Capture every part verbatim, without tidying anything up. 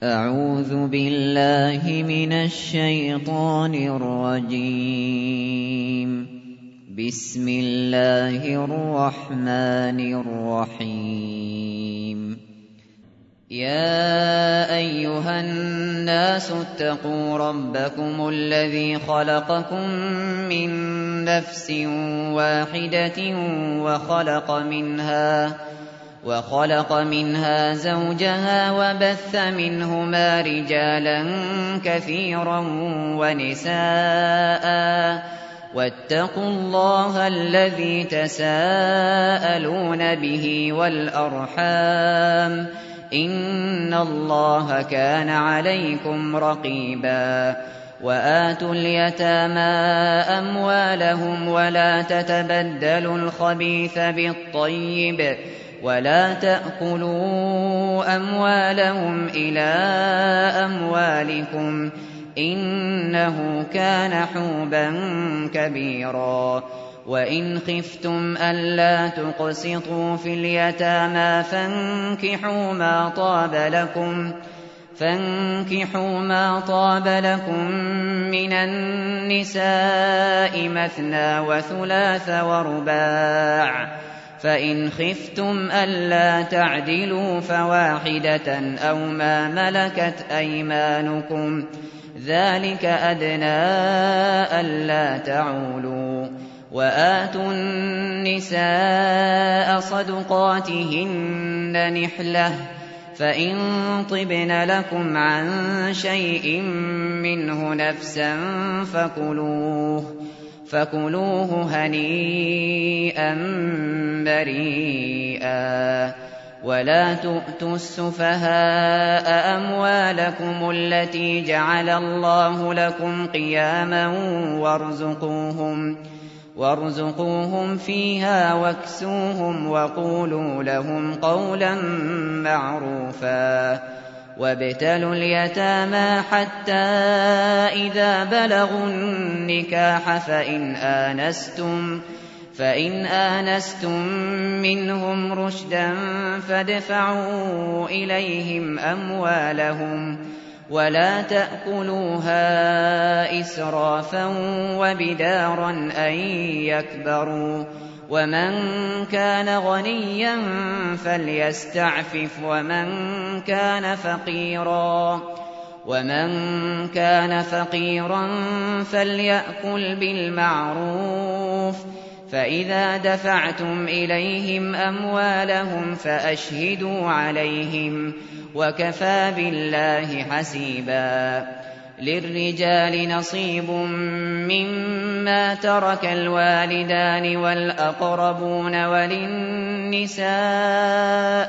أعوذ بالله من الشيطان الرجيم. بسم الله الرحمن الرحيم. يا أيها الناس اتقوا ربكم الذي خلقكم من نفس واحدة وخلق منها وخلق منها زوجها وبث منهما رجالا كثيرا ونساء واتقوا الله الذي تساءلون به والأرحام إن الله كان عليكم رقيبا. وآتوا اليتامى أموالهم ولا تتبدلوا الخبيث بالطيب ولا تأكلوا أموالهم إلى أموالكم إنه كان حوبا كبيرا. وإن خفتم ألا تقسطوا في اليتامى فانكحوا ما طاب لكم فانكحوا ما طاب لكم من النساء مثنى وثلاث ورباع، فإن خفتم ألا تعدلوا فواحدة أو ما ملكت أيمانكم ذلك أدنى ألا تعولوا. وآتوا النساء صدقاتهن نحلة، فإن طبن لكم عن شيء منه نفسا فكلوه فكلوه هنيئا مريئا. ولا تؤتوا السفهاء أموالكم التي جعل الله لكم قياما وارزقوهم وارزقوهم فيها واكسوهم وقولوا لهم قولا معروفا. وابتلوا اليتامى حتى إذا بلغوا النكاح فإن آنستم فإن آنستم منهم رشدا فادفعوا إليهم أموالهم ولا تأكلوها إسرافا وبدارا أن يكبروا. ومن كان غنيا فليستعفف ومن كان فقيرا ومن كان فقيرا فليأكل بالمعروف. فإذا دفعتم إليهم أموالهم فأشهدوا عليهم وكفى بالله حسيبا. للرجال نصيب مما ترك الوالدان والأقربون وللنساء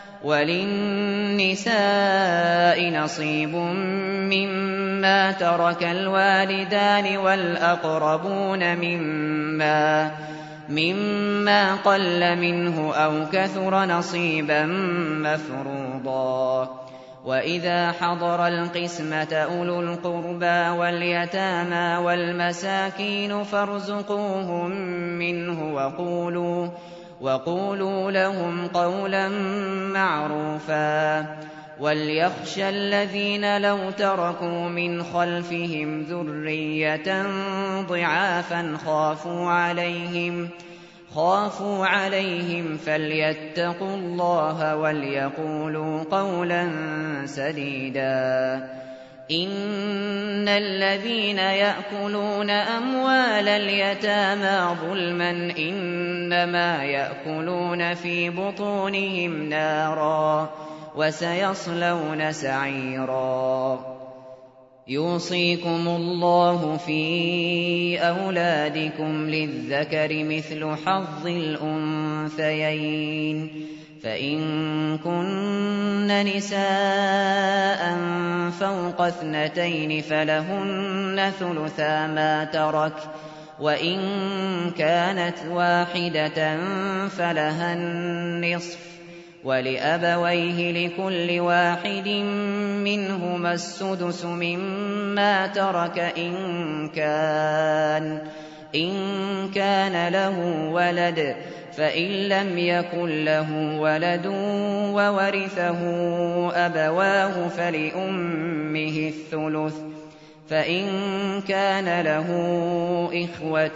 وللنساء نصيب مما ترك الوالدان والأقربون مما مما قل منه أو كثر نصيبا مفروضا. وإذا حضر القسمة أولو القربى واليتامى والمساكين فارزقوهم منه وقولوا وقولوا لهم قولا معروفا. وليخشى الذين لو تركوا من خلفهم ذرية ضعافا خافوا عليهم خافوا عليهم فليتقوا الله وليقولوا قولا سديدا. إن الذين يأكلون أموال اليتامى ظلما إنما يأكلون في بطونهم نارا وسيصلون سعيرا. يوصيكم الله في أولادكم للذكر مثل حظ الأنثيين، فإن كن نساء فوق اثنتين فلهن ثلثا ما ترك، وإن كانت واحدة فلها النصف، ولأبويه لكل واحد منهما السدس مما ترك إن كان إن كان له ولد، فإن لم يكن له ولد وورثه أبواه فلأمه الثلث، فإن كان له إخوة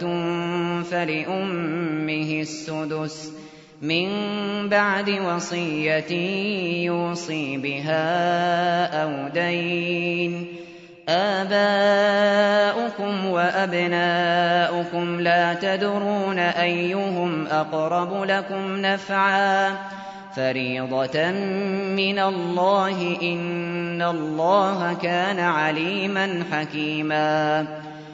فلأمه السدس، من بعد وصية يوصي بها أو دين. آباؤكم وأبناؤكم لا تدرون أيهم أقرب لكم نفعا، فريضة من الله، إن الله كان عليما حكيما.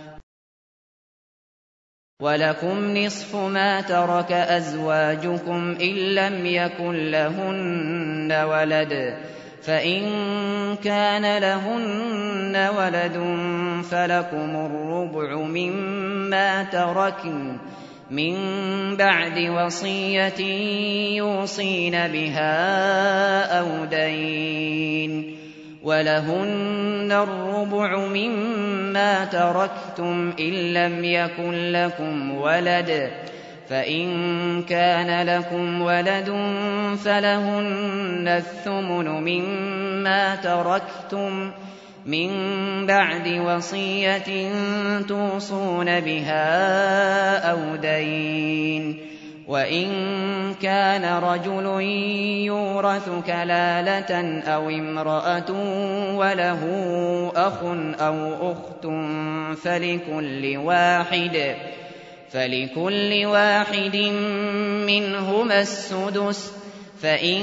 ولكم نصف ما ترك أزواجكم إن لم يكن لهن ولد، فإن كان لهن ولد فلكم الربع مما تركن من بعد وصية يوصين بها أو دين، ولهن الربع مما تركتم إن لم يكن لكم ولد، فإن كان لكم ولد فلهن الثمن مما تركتم من بعد وصية توصون بها أو دين. وإن كان رجل يورث كلالة أو امرأة وله أخ أو أخت فلكل واحد فلكل واحد منهما السدس، فإن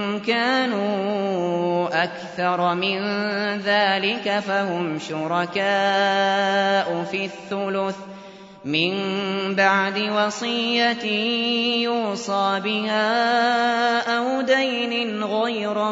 كانوا أكثر من ذلك فهم شركاء في الثلث، من بعد وصية يوصى بها أو دين غير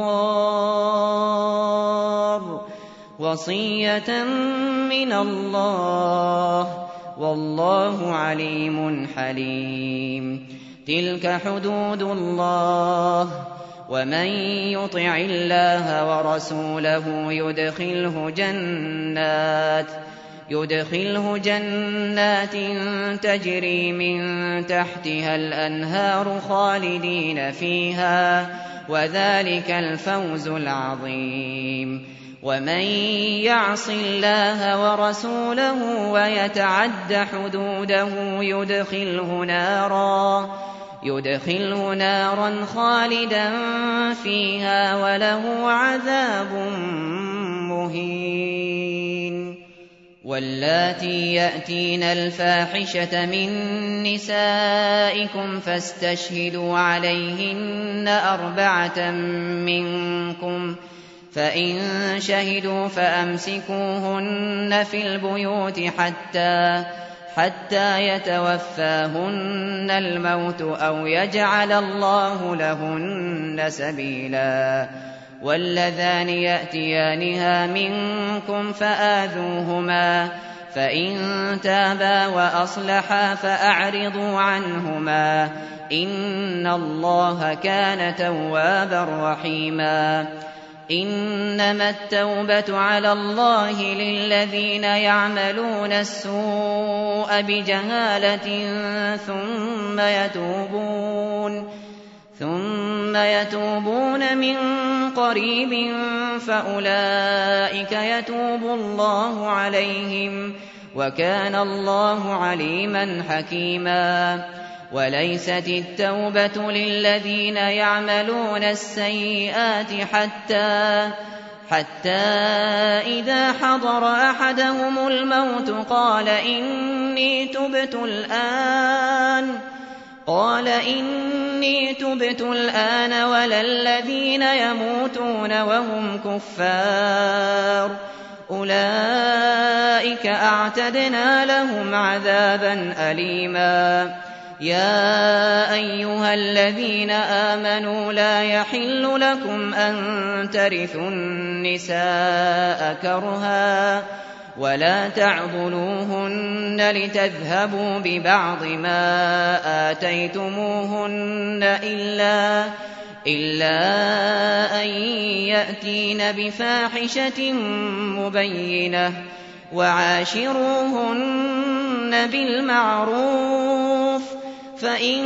مضار، وصية من الله، والله عليم حليم. تلك حدود الله، ومن يطع الله ورسوله يدخله جنات يدخله جنات تجري من تحتها الأنهار خالدين فيها، وذلك الفوز العظيم. ومن يعص الله ورسوله ويتعد حدوده يدخله نارا يدخله نارا خالدا فيها وله عذاب مهين. واللاتي يأتين الفاحشة من نسائكم فاستشهدوا عليهن أربعة منكم، فإن شهدوا فأمسكوهن في البيوت حتى حتى يتوفاهن الموت أو يجعل الله لهن سبيلا. واللذان يأتيانها منكم فآذوهما، فإن تابا وأصلحا فأعرضوا عنهما، إن الله كان توابا رحيما. إنما التوبة على الله للذين يعملون السوء بجهالة ثم يتوبون ثم يتوبون من قريب فأولئك يتوب الله عليهم، وكان الله عليما حكيما. وليست التوبة للذين يعملون السيئات حتى حتى إذا حضر أحدهم الموت قال إني تبت الآن قال إني تبت الآن ولا الذين يموتون وهم كفار، أولئك أعتدنا لهم عذابا أليما. يا أيها الذين آمنوا لا يحل لكم أن ترثوا النساء كرها ولا تعضلوهن لتذهبوا ببعض ما آتيتموهن إلا إلا أن يأتين بفاحشة مبينة، وعاشروهن بالمعروف، فإن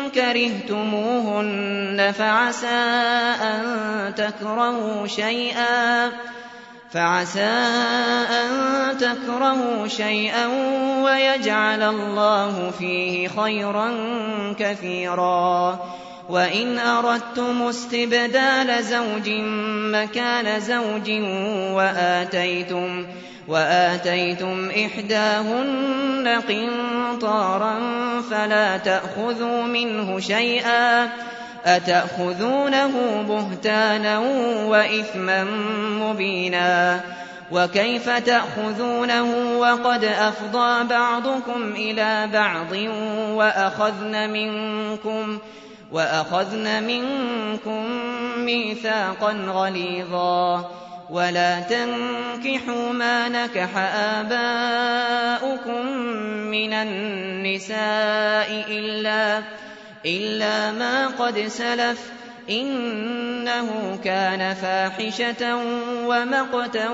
كرهتموهن فعسى أن تكرهوا شيئا فعسى أن تكرهوا شيئا ويجعل الله فيه خيرا كثيرا. وإن أردتم استبدال زوج مكان زوج وآتيتم وآتيتم إحداهن قنطارا فلا تأخذوا منه شيئا أتأخذونه بهتانا وإثما مبينا. وكيف تأخذونه وقد أفضى بعضكم إلى بعض وأخذن منكم وأخذن منكم ميثاقا غليظا. ولا تنكحوا ما نكح آباؤكم من النساء إلا, إلا ما قد سلف إنه كان فاحشة ومقتا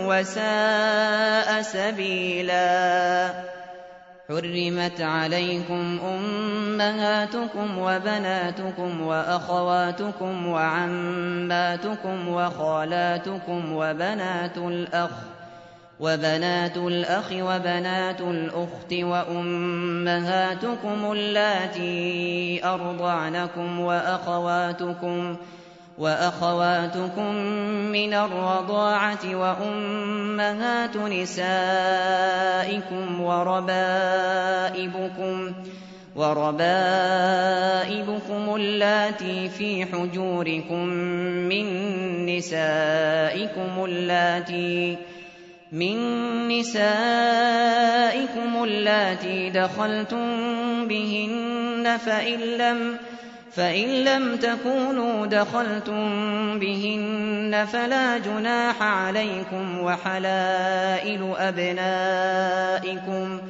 وساء سبيلا. حرمت عليكم أمهاتكم وبناتكم وأخواتكم وعماتكم وخالاتكم وبنات الأخ وبنات الأخ وبنات الأخت وأمهاتكم اللاتي أرضعنكم وأخواتكم وأخواتكم من الرضاعة وأمهات نسائكم وربائبكم وربائبكم اللاتي في حجوركم من نسائكم اللاتي من نسائكم اللاتي دخلتم بهن فإن لم فإن لم تكونوا دخلتم بهن فلا جناح عليكم وحلائل أبنائكم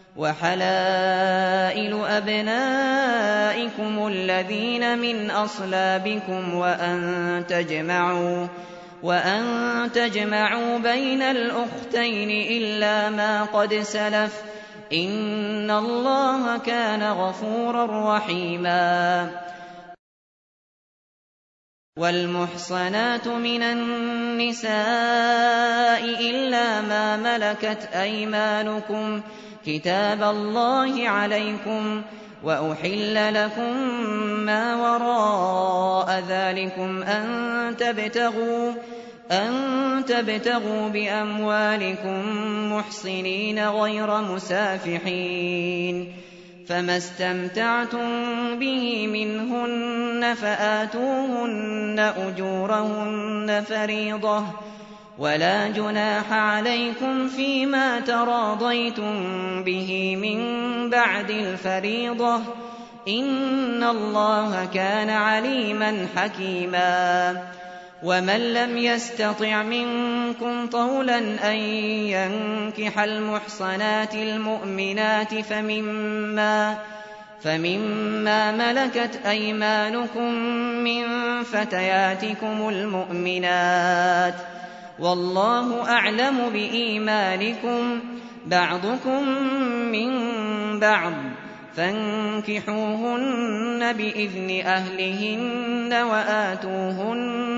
وحلائل أبنائكم الذين من أصلابكم وأن تجمعوا وأن تجمعوا بين الأختين إلا ما قد سلف إن الله كان غفورا رحيما. والمحصنات من النساء إلا ما ملكت أيمانكم كتاب الله عليكم وأحل لكم ما وراء ذلكم أن تبتغوا أن تبتغوا بأموالكم محصنين غير مسافحين. فما استمتعتم به منهن فآتوهن أجورهن فريضة ولا جناح عليكم فيما تراضيتم به من بعد الفريضة إن الله كان عليما حكيما. ومن لم يستطع منكم طولا أن ينكح المحصنات المؤمنات فمما, فمما ملكت أيمانكم من فتياتكم المؤمنات والله أعلم بإيمانكم بعضكم من بعض فانكحوهن بإذن أهلهن وآتوهن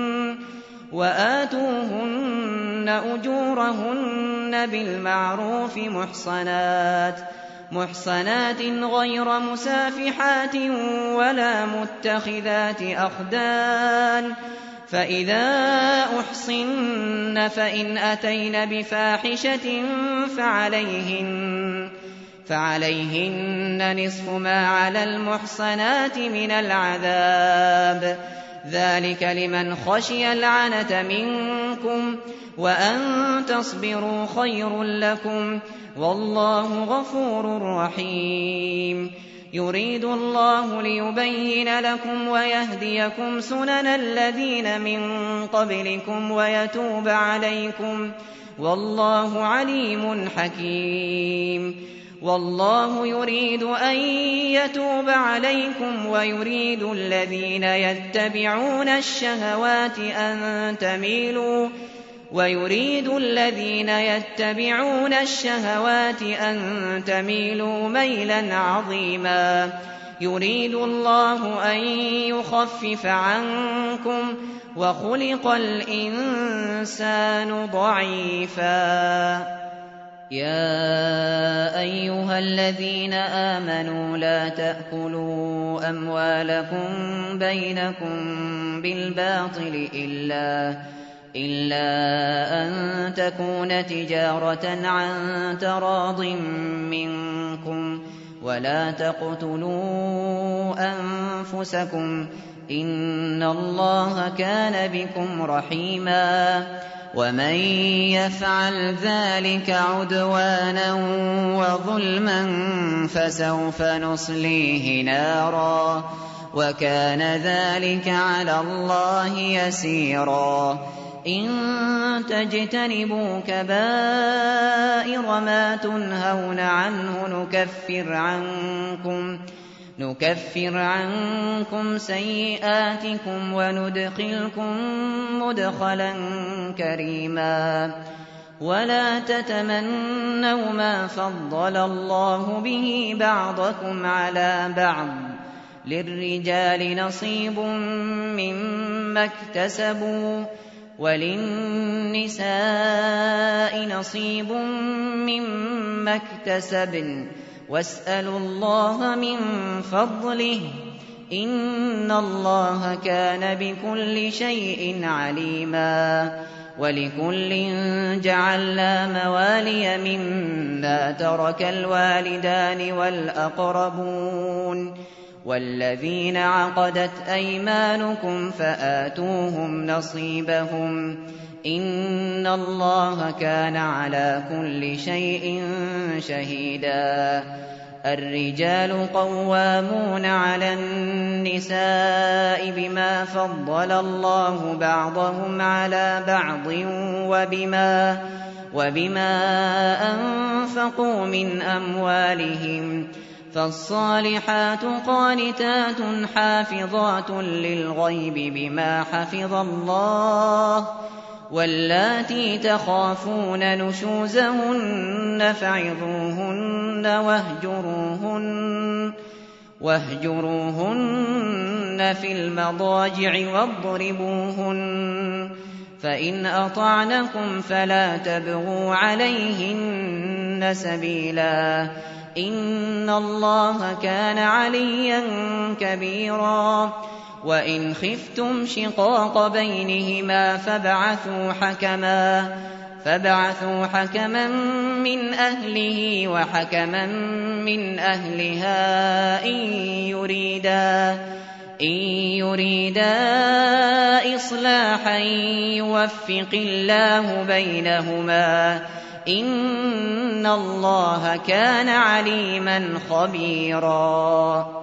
وآتوهن أجورهن بالمعروف محصنات محصنات غير مسافحات ولا متخذات أخدان. فإذا أحصن فإن أتين بفاحشة فعليهن فعليهن نصف ما على المحصنات من العذاب ذلك لمن خشي العنة منكم وأن تصبروا خير لكم والله غفور رحيم. يريد الله ليبين لكم ويهديكم سنن الذين من قبلكم ويتوب عليكم والله عليم حكيم. والله يريد أن يتوب عليكم ويريد الذين يتبعون الشهوات أن تميلوا ويريد الذين يتبعون الشهوات أن تميلوا ميلا عظيما. يريد الله أن يخفف عنكم وخلق الإنسان ضعيفا. يا أيها الذين آمنوا لا تأكلوا أموالكم بينكم بالباطل إلا إلا أن تكون تجارة عن تراض منكم ولا تقتلوا أنفسكم إن الله كان بكم رحيما. ومن يفعل ذلك عدوانا وظلما فسوف نصليه نارا وكان ذلك على الله يسيرا. إن تجتنبوا كبائر ما تنهون عنه نكفر عنكم نكفر عنكم سيئاتكم وندخلكم مدخلا كريما. ولا تتمنوا ما فضل الله به بعضكم على بعض للرجال نصيب مما اكتسبوا وللنساء نصيب مما اكتسبن واسألوا الله من فضله إن الله كان بكل شيء عليما. ولكل جعلنا موالي مما ترك الوالدان والأقربون والذين عقدت أيمانكم فآتوهم نصيبهم إن الله كان على كل شيء شهيدا. الرجال قوامون على النساء بما فضل الله بعضهم على بعض وبما, وبما أنفقوا من أموالهم فالصالحات قانتات حافظات للغيب بما حفظ الله واللاتي تخافون نشوزهن فعظوهن واهجروهن, واهجروهن في المضاجع واضربوهن فإن أطعنكم فلا تبغوا عليهن سبيلا إن الله كان عليا كبيرا. وإن خفتم شقاق بينهما فابعثوا حكما فابعثوا حكما من أهله وحكما من أهلها إن يريدا إن يريدا إصلاحا يوفق الله بينهما إن الله كان عليما خبيرا.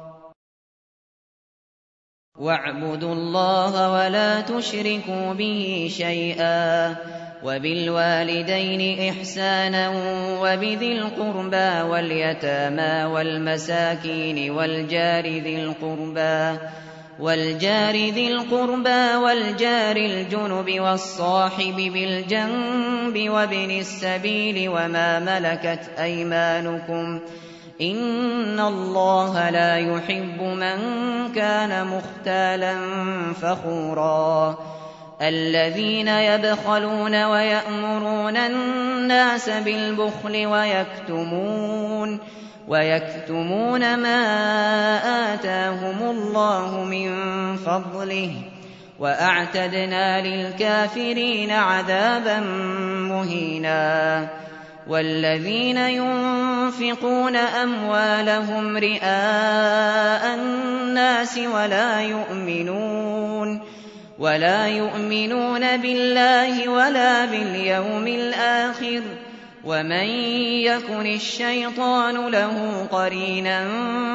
واعبدوا الله ولا تشركوا به شيئا وبالوالدين إحسانا وبذي القربى واليتامى والمساكين والجار ذي القربى والجار ذي القربى والجار الجنب والصاحب بالجنب وابن السبيل وما ملكت أيمانكم إن الله لا يحب من كان مختالا فخورا. الذين يبخلون ويأمرون الناس بالبخل ويكتمون ويكتمون ما آتاهم الله من فضله وأعتدنا للكافرين عذابا مهينا. والذين ينفقون أموالهم رئاء الناس ولا يؤمنون ولا يؤمنون بالله ولا باليوم الآخر ومن يكن الشيطان له قرينا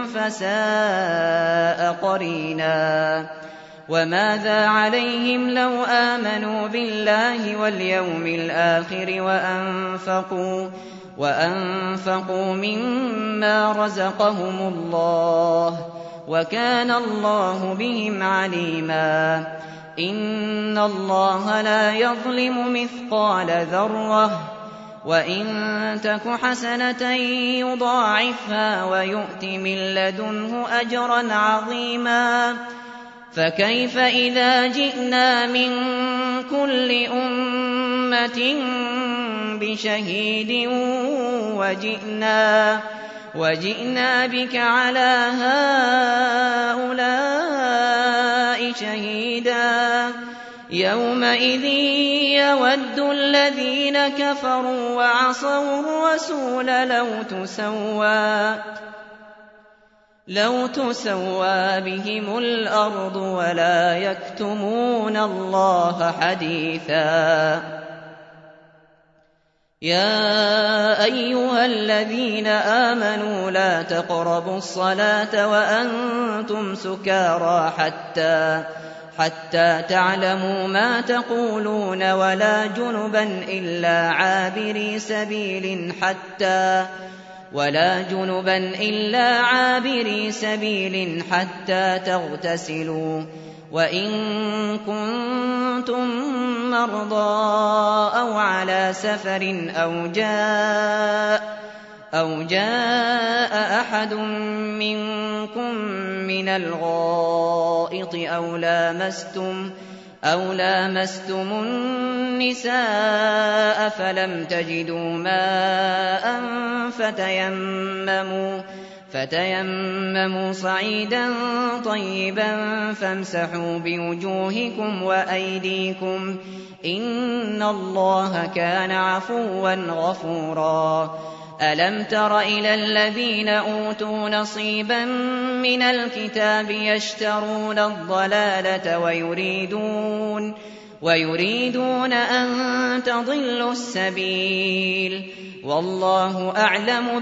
فساء قرينا. وماذا عليهم لو آمنوا بالله واليوم الآخر وأنفقوا, وأنفقوا مما رزقهم الله وكان الله بهم عليما. إن الله لا يظلم مثقال ذرة وإن تك حسنة يضاعفها ويؤت من لدنه أجرا عظيما فكيف إذا جئنا من كل أمة بشهيد وجئنا, وجئنا بك على هؤلاء شهيدا يومئذ يود الذين كفروا وعصوا الرسول لو تسوى, لو تسوى بهم الأرض ولا يكتمون الله حديثا. يا أيها الذين آمنوا لا تقربوا الصلاة وأنتم سكارى حتى حتى تعلموا ما تقولون ولا جنبا إلا عابري سبيل حتى ولا جنبا إلا عابري سبيل حتى تغتسلوا وإن كنتم مرضى أو على سفر أو جاء أو جاء أحد منكم من الغائط أو لامستم أو لامستم النساء فلم تجدوا ماء فتيمموا فتيمموا صعيدا طيبا فامسحوا بوجوهكم وأيديكم إن الله كان عفوا غفورا. ألم تر إلى الذين أوتوا نصيبا من الكتاب يشترون الضلالة ويريدون ويريدون أن تضلوا السبيل والله أعلم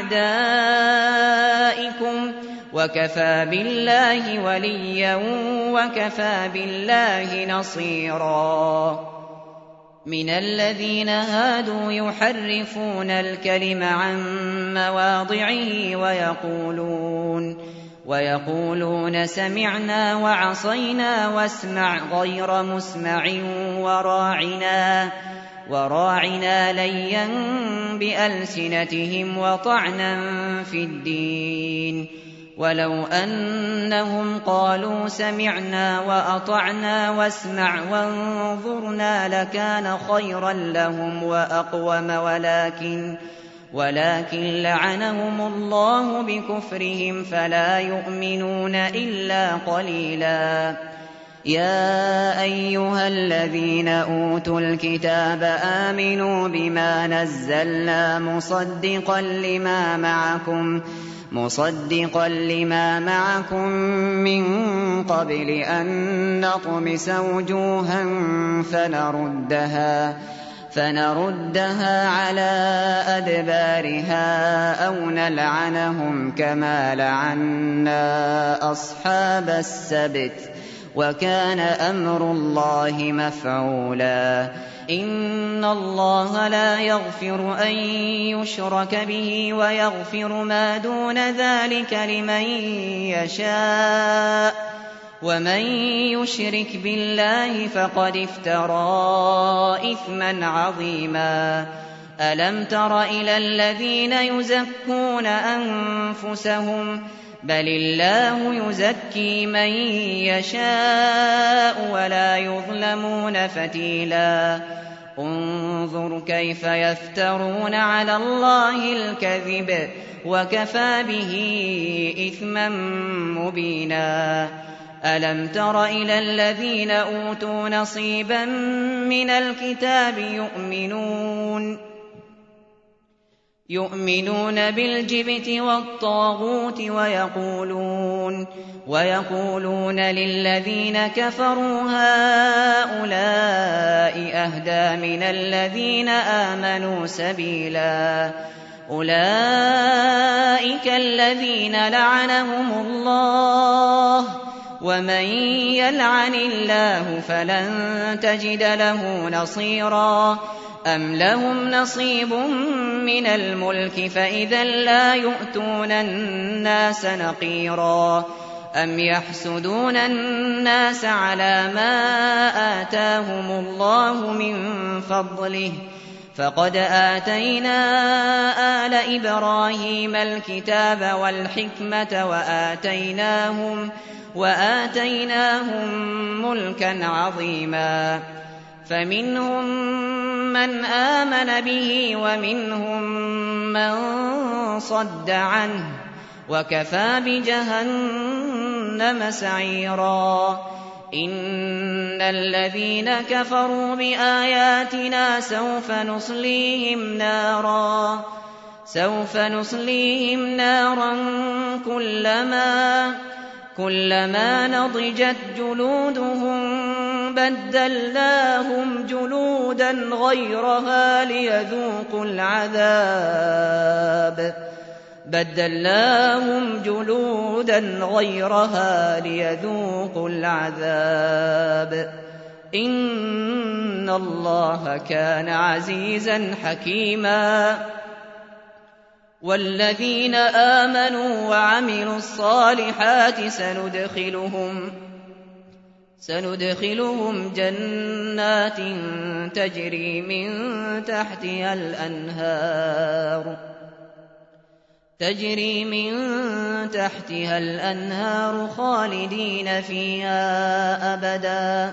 بأعدائكم وكفى بالله وليا وكفى بالله نصيرا. من الذين هادوا يحرفون الكلم عن مواضعه ويقولون ويقولون سمعنا وعصينا واسمع غير مسمع وراعنا وراعنا ليا بألسنتهم وطعنا في الدين ولو أنهم قالوا سمعنا وأطعنا واسمع وانظرنا لكان خيرا لهم وأقوم ولكن ولكن لعنهم الله بكفرهم فلا يؤمنون إلا قليلا. يا أيها الذين أوتوا الكتاب آمنوا بما نزلنا مصدقا لما معكم مصدقا لما معكم من قبل أن نطمس وجوها فنردها فنردها على أدبارها أو نلعنهم كما لعنا أصحاب السبت وكان أمر الله مفعولا. إن الله لا يغفر أن يشرك به ويغفر ما دون ذلك لمن يشاء ومن يشرك بالله فقد افترى إثما عظيما. ألم تر إلى الذين يزكون أنفسهم بل الله يزكي من يشاء ولا يظلمون فتيلا. انظر كيف يفترون على الله الكذب وكفى به إثما مبينا. ألم تر إلى الذين أوتوا نصيبا من الكتاب يؤمنون يؤمنون بالجبت والطاغوت ويقولون ويقولون للذين كفروا هؤلاء أهدى من الذين آمنوا سبيلا. أولئك الذين لعنهم الله ومن يلعن الله فلن تجد له نصيرا. أم لهم نصيب من الملك فإذا لا يؤتون الناس نقيرا. أم يحسدون الناس على ما آتاهم الله من فضله فقد آتينا آل إبراهيم الكتاب والحكمة وآتيناهم, وآتيناهم ملكا عظيما فمنهم من آمن به ومنهم من صد عنه وكفى بجهنم سعيرا إن الذين كفروا بآياتنا سوف نصليهم نارا سوف نصليهم نارا كلما كلما نضجت جلودهم بدلناهم جلودا غيرها ليذوقوا العذاب بدلناهم جلودا غيرها ليذوقوا العذاب إن الله كان عزيزا حكيما والذين آمنوا وعملوا الصالحات سندخلهم سندخلهم جنات تجري من تحتها الأنهار تجري من تحتها الأنهار خالدين فيها أبدا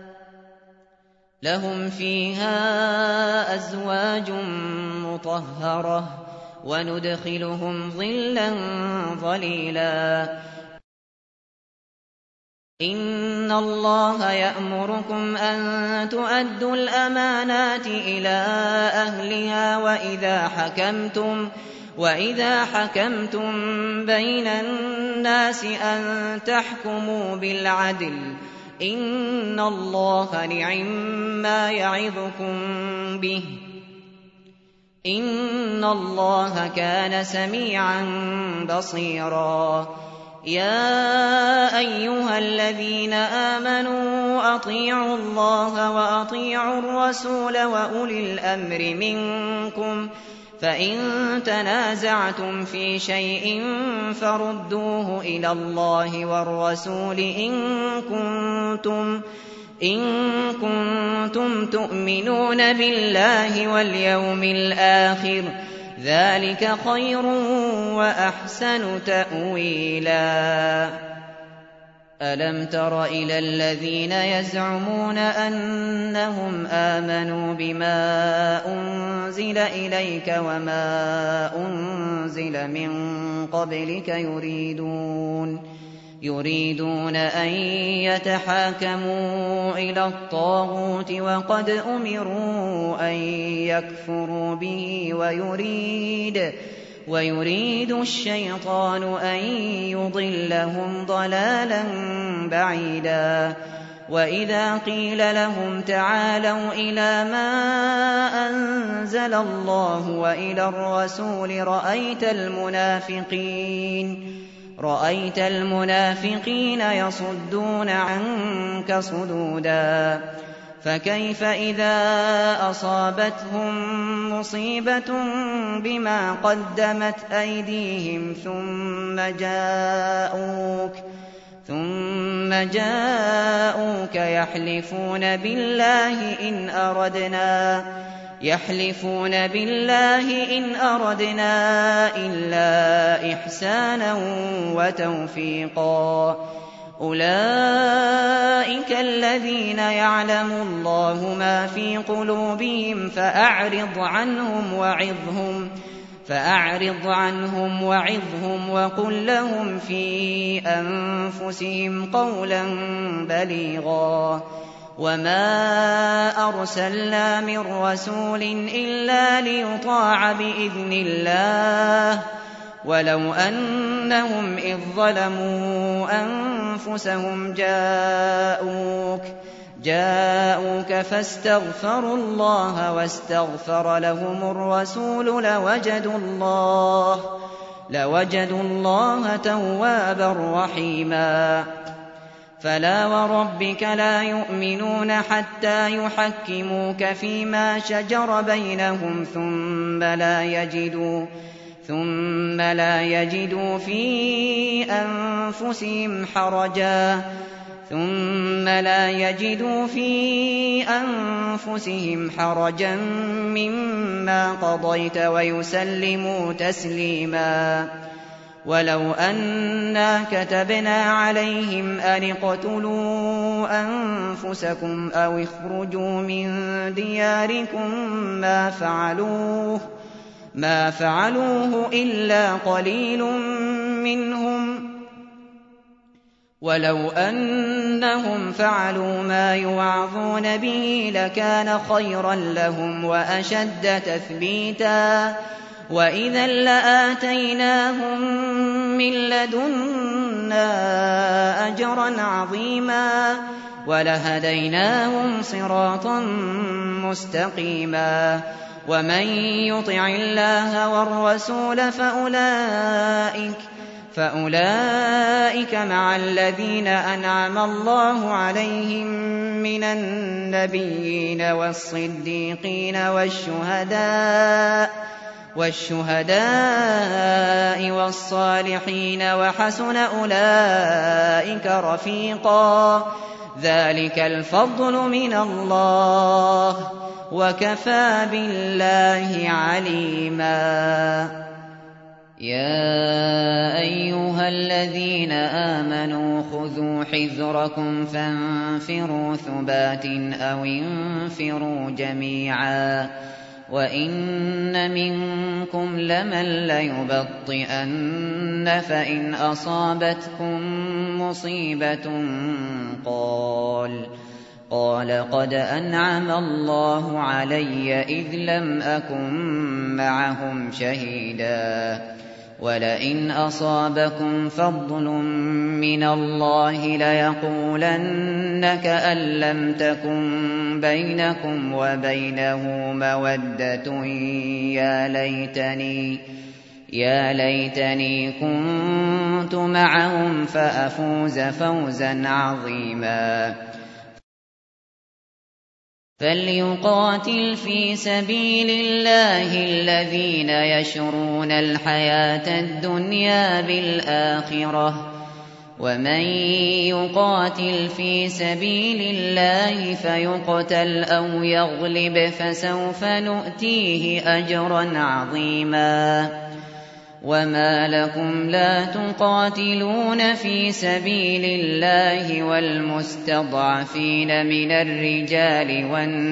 لهم فيها أزواج مطهرة وندخلهم ظلا ظليلا إن الله يأمركم أن تؤدوا الأمانات إلى أهلها وإذا حكمتم وإذا حكمتم بين الناس أن تحكموا بالعدل إن الله نعما يعظكم به إن الله كان سميعا بصيرا يا أيها الذين آمنوا أطيعوا الله وأطيعوا الرسول وأولي الأمر منكم فإن تنازعتم في شيء فردوه إلى الله والرسول إن كنتم إن كنتم تؤمنون بالله واليوم الآخر ذلك خير وأحسن تأويلا ألم تر إلى الذين يزعمون أنهم آمنوا بما أنزل إليك وما أنزل من قبلك يريدون يريدون أن يتحاكموا إلى الطاغوت وقد أمروا أن يكفروا به ويريد ويريد الشيطان أن يضلهم ضلالا بعيدا وإذا قيل لهم تعالوا إلى ما أنزل الله وإلى الرسول رأيت المنافقين رأيت المنافقين يصدون عنك صدودا فكيف إذا أصابتهم مصيبة بما قدمت أيديهم ثم جاءوك ثم جاءوك يحلفون بالله إن أردنا يحلفون بالله إن أردنا إلا إحسانا وتوفيقا أولئك الذين يعلم الله ما في قلوبهم فأعرض عنهم وعظهم فأعرض عنهم وعظهم وقل لهم في أنفسهم قولا بليغا وما أرسلنا من رسول إلا ليطاع بإذن الله ولو أنهم إذ ظلموا أنفسهم جاءوك جاءوك فاستغفروا الله واستغفر لهم الرسول لوجدوا الله لوجدوا الله توابا رحيما فلا وربك لا يؤمنون حتى يحكموك فيما شجر بينهم ثم لا يجدوا ثم لا يجدوا في أنفسهم حرجا ثم لا يجدوا في أنفسهم حرجا مما قضيت ويسلموا تسليما. ولو أنا كتبنا عليهم أن اقتلوا أنفسكم أو اخرجوا من دياركم ما فعلوه ما فعلوه إلا قليل منهم، ولو أنهم فعلوا ما يوعظون به لكان خيرا لهم وأشد تثبيتا، وإذا لآتيناهم من لدنا أجرا عظيما ولهديناهم صراطا مستقيما. ومن يطع الله والرسول فأولئك فأولئك مع الذين أنعم الله عليهم من النبيين والصديقين والشهداء والشهداء والصالحين وحسن أولئك رفيقا. ذلك الفضل من الله وكفى بالله عليما. يا أيها الذين آمنوا خذوا حذركم فانفروا ثبات أو انفروا جميعا وإن منكم لمن ليبطئن فإن أصابتكم مصيبة قال قال قد أنعم الله علي إذ لم أكن معهم شهيدا ولئن أصابكم فضل من الله ليقولن كأن لم تكن بينكم وبينه مودة يا ليتني يا ليتني كنت معهم فأفوز فوزا عظيما. فليقاتل في سبيل الله الذين يشرون الحياة الدنيا بالآخرة ومن يقاتل في سبيل الله فيقتل أو يغلب فسوف نؤتيه أجرا عظيما. وما لكم لا تقاتلون في سبيل الله والمستضعفين من الرجال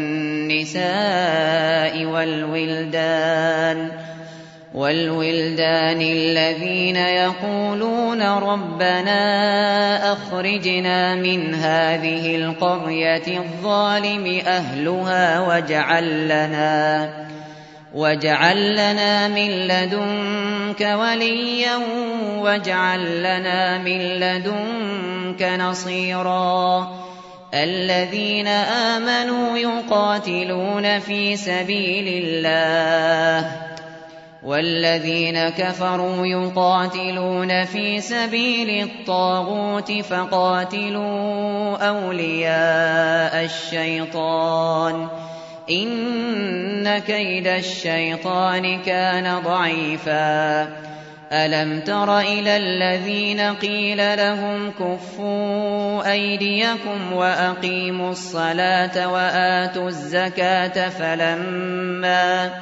والنساء والولدان والولدان الذين يقولون ربنا أخرجنا من هذه القرية الظالم أهلها واجعل لنا واجعل لنا من لدنك وليا واجعل لنا من لدنك نصيرا. الذين آمنوا يقاتلون في سبيل الله والذين كفروا يقاتلون في سبيل الطاغوت فقاتلوا أولياء الشيطان إن كيد الشيطان كان ضعيفا. ألم تر إلى الذين قيل لهم كفوا أيديكم وأقيموا الصلاة وآتوا الزكاة فلما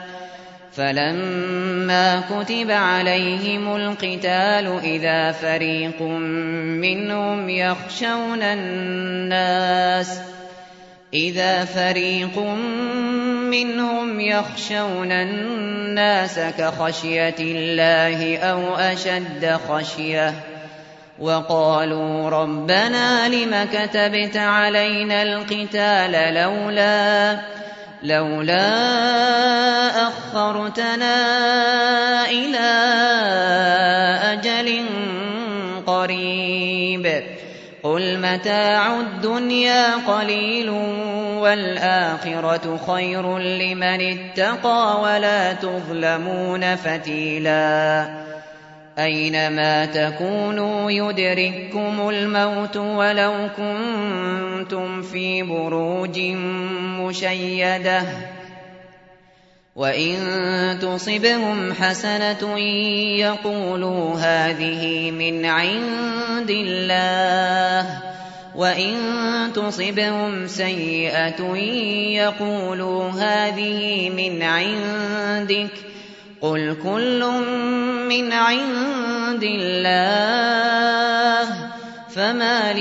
فلما كتب عليهم القتال إذا فريق منهم يخشون الناس إذا فريق منهم يخشون الناس كخشية الله أو أشد خشية وقالوا ربنا لم كتبت علينا القتال لولا لولا أخرتنا إلى أجل قريب قل متاع الدنيا قليل والآخرة خير لمن اتقى ولا تظلمون فتيلا. أينما تكونوا يدرككم الموت ولو كنتم في بروج مشيدة وإن تصبهم حسنة يقولوا هذه من عند الله وإن تصبهم سيئة يقولوا هذه من عندك قل كل من عند الله فما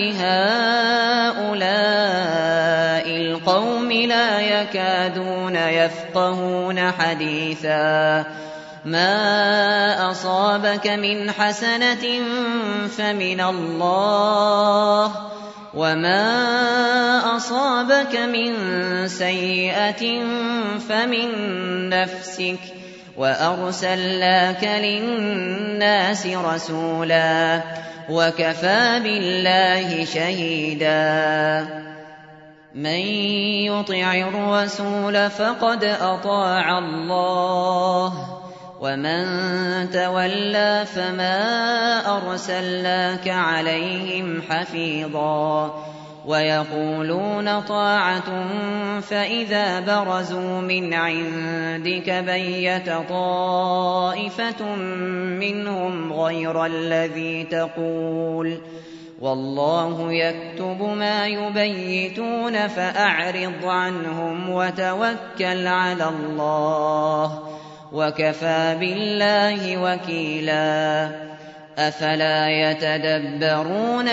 لهؤلاء القوم لا يكادون يفقهون حديثا ما أصابك من حسنة فمن الله وما أصابك من سيئة فمن نفسك وأرسلناك للناس رسولا وكفى بالله شهيدا من يطع الرسول فقد أطاع الله ومن تولى فما أرسلناك عليهم حفيظا ويقولون طاعة فإذا برزوا من عندك بيت طائفة منهم غير الذي تقول والله يكتب ما يبيتون فأعرض عنهم وتوكل على الله وكفى بالله وكيلا أفلا يتدبرون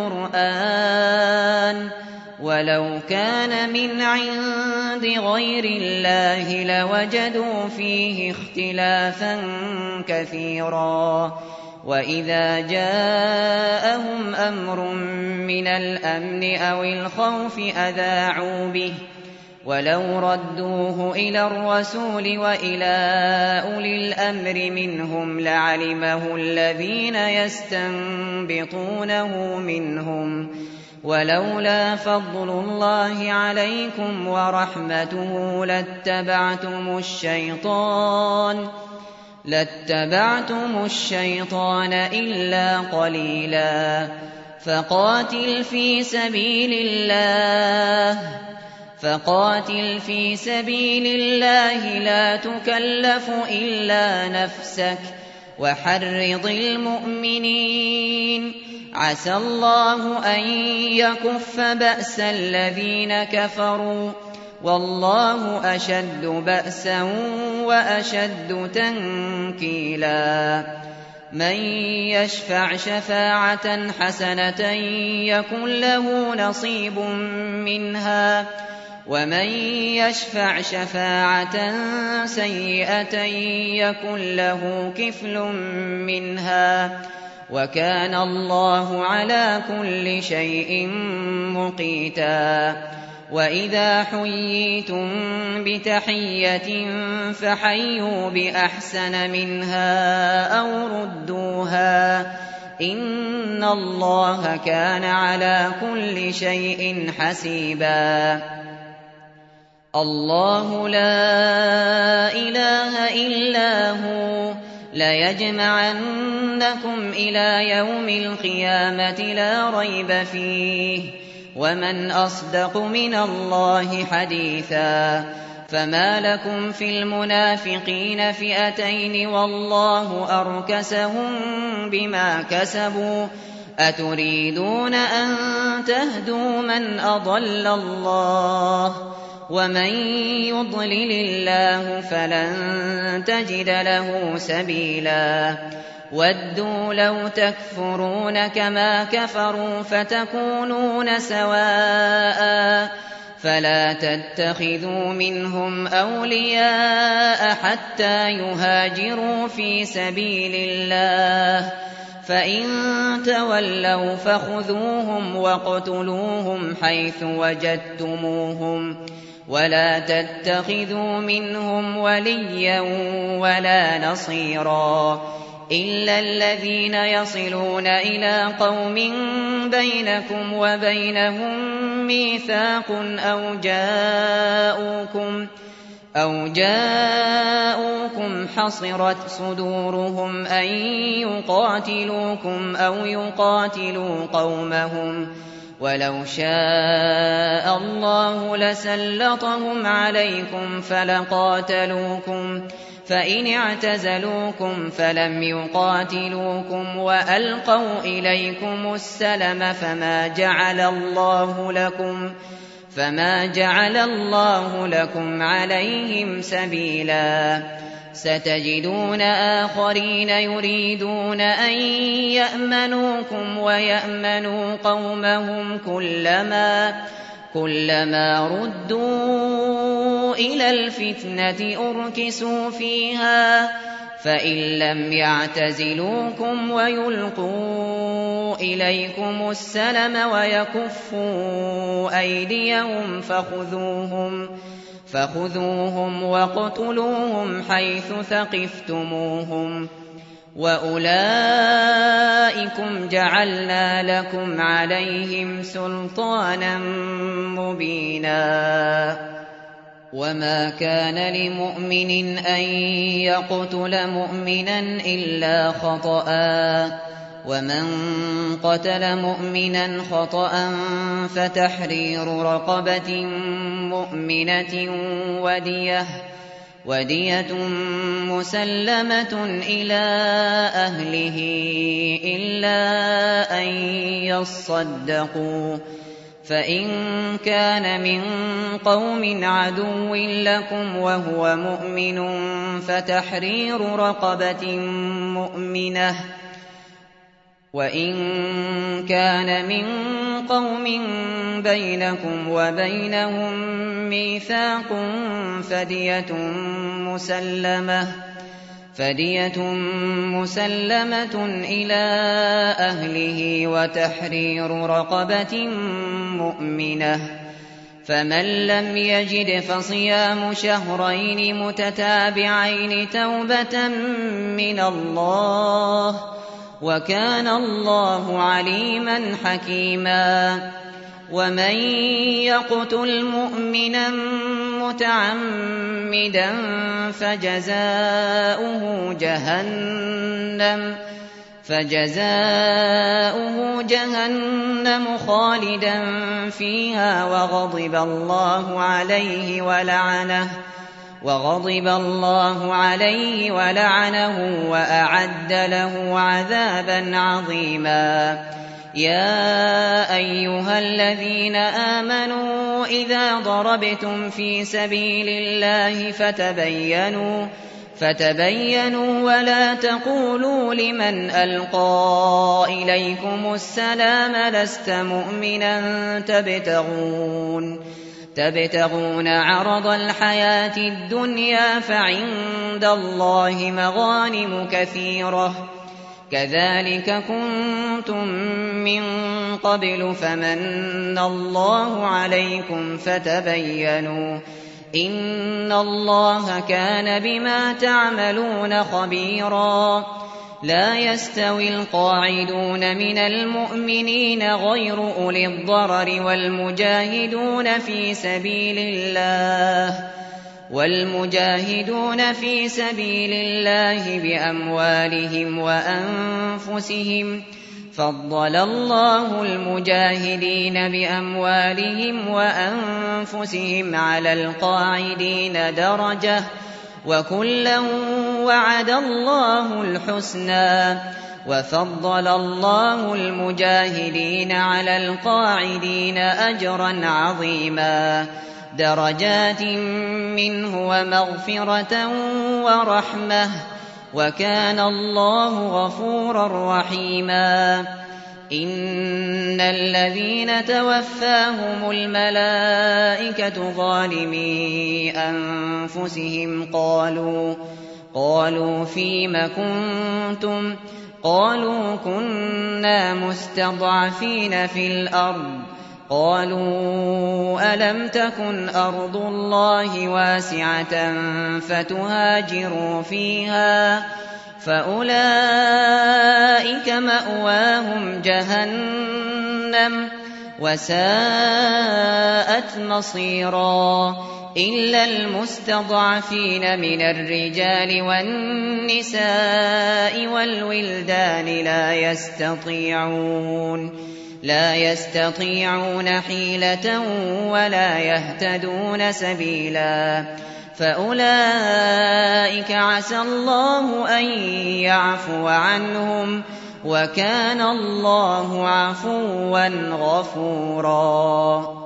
القرآن ولو كان من عند غير الله لوجدوا فيه اختلافا كثيرا وإذا جاءهم أمر من الأمن أو الخوف أذاعوا به ولو ردوه إلى الرسول وإلى أولي الأمر منهم لعلمه الذين يستنبطونه منهم ولولا فضل الله عليكم ورحمته لاتبعتم الشيطان لاتبعتم الشيطان إلا قليلا فقاتل في سبيل الله فقاتل في سبيل الله لا تكلف إلا نفسك وحرض المؤمنين عسى الله أن يكف بأس الذين كفروا والله أشد بأسا وأشد تنكيلا من يشفع شفاعة حسنة يكن له نصيب منها ومن يشفع شفاعة سيئة يكن له كفل منها وكان الله على كل شيء مقيتا وإذا حييتم بتحية فحيوا بأحسن منها أو ردوها إن الله كان على كل شيء حسيبا الله لا إله إلا هو ليجمعنكم إلى يوم القيامة لا ريب فيه ومن أصدق من الله حديثا فما لكم في المنافقين فئتين والله أركسهم بما كسبوا أتريدون أن تهدوا من أضل الله ومن يضلل الله فلن تجد له سبيلا ودوا لو تكفرون كما كفروا فتكونون سواء فلا تتخذوا منهم أولياء حتى يهاجروا في سبيل الله فإن تولوا فخذوهم واقتلوهم حيث وجدتموهم ولا تتخذوا منهم وليا ولا نصيرا إلا الذين يصلون إلى قوم بينكم وبينهم ميثاق أو جاءوكم أو جاءوكم حصرت صدورهم أن يقاتلوكم أو يقاتلوا قومهم ولو شاء الله لسلطهم عليكم فلقاتلوكم فإن اعتزلوكم فلم يقاتلوكم وألقوا إليكم السلم فما جعل الله لكم فما جعل الله لكم عليهم سبيلا ستجدون آخرين يريدون أن يأمنوكم ويأمنوا قومهم كلما كلما ردوا إلى الفتنة أركسوا فيها فإن لم يعتزلوكم ويلقوا إليكم السلم ويكفوا أيديهم فخذوهم فخذوهم وَاقْتُلُوهُمْ حيث ثقفتموهم وأولئكم جعلنا لكم عليهم سلطانا مبينا وما كان لمؤمن أن يقتل مؤمنا إلا خطأ ومن قتل مؤمنا خطأ فتحرير رقبة مؤمنة ودية ودية مسلمة إلى أهله إلا أن يصدقوا فإن كان من قوم عدو لكم وهو مؤمن فتحرير رقبة مؤمنة وإن كان من قوم بينكم وبينهم ميثاق فدية مسلمة فدية مسلمة إلى أهله وتحرير رقبة مؤمنة فمن لم يجد فصيام شهرين متتابعين توبة من الله وكان الله عليما حكيما ومن يقتل مؤمنا متعمدا فجزاؤه جهنم فجزاؤه جهنم خالدا فيها وغضب الله عليه ولعنه وغضب الله عليه ولعنه وأعد له عذابا عظيما يا أيها الذين آمنوا إذا ضربتم في سبيل الله فتبينوا فتبينوا ولا تقولوا لمن ألقى إليكم السلام لست مؤمنا تبتغون تبتغون عرض الحياة الدنيا فعند الله مغانم كثيرة كذلك كنتم من قبل فمن الله عليكم فتبينوا إن الله كان بما تعملون خبيرا لا يستوي القاعدون من المؤمنين غير أولي الضرر والمجاهدون في سبيل الله والمجاهدون في سبيل الله بأموالهم وأنفسهم فضل الله المجاهدين بأموالهم وأنفسهم على القاعدين درجة وكلا وعد الله الحسنى وفضل الله المجاهدين على القاعدين أجرا عظيما درجات منه ومغفرة ورحمة وكان الله غفورا رحيما إن الذين توفاهم الملائكة ظالمي أنفسهم قالوا قالوا فيم كنتم قالوا كنا مستضعفين في الأرض قالوا ألم تكن أرض الله واسعة فتهاجروا فيها فأولئك مأواهم جهنم وساءت مصيرا إلا المستضعفين من الرجال والنساء والولدان لا يستطيعون لا يستطيعون حيلة ولا يهتدون سبيلا فأولئك عسى الله أن يعفو عنهم وكان الله عفوا غفورا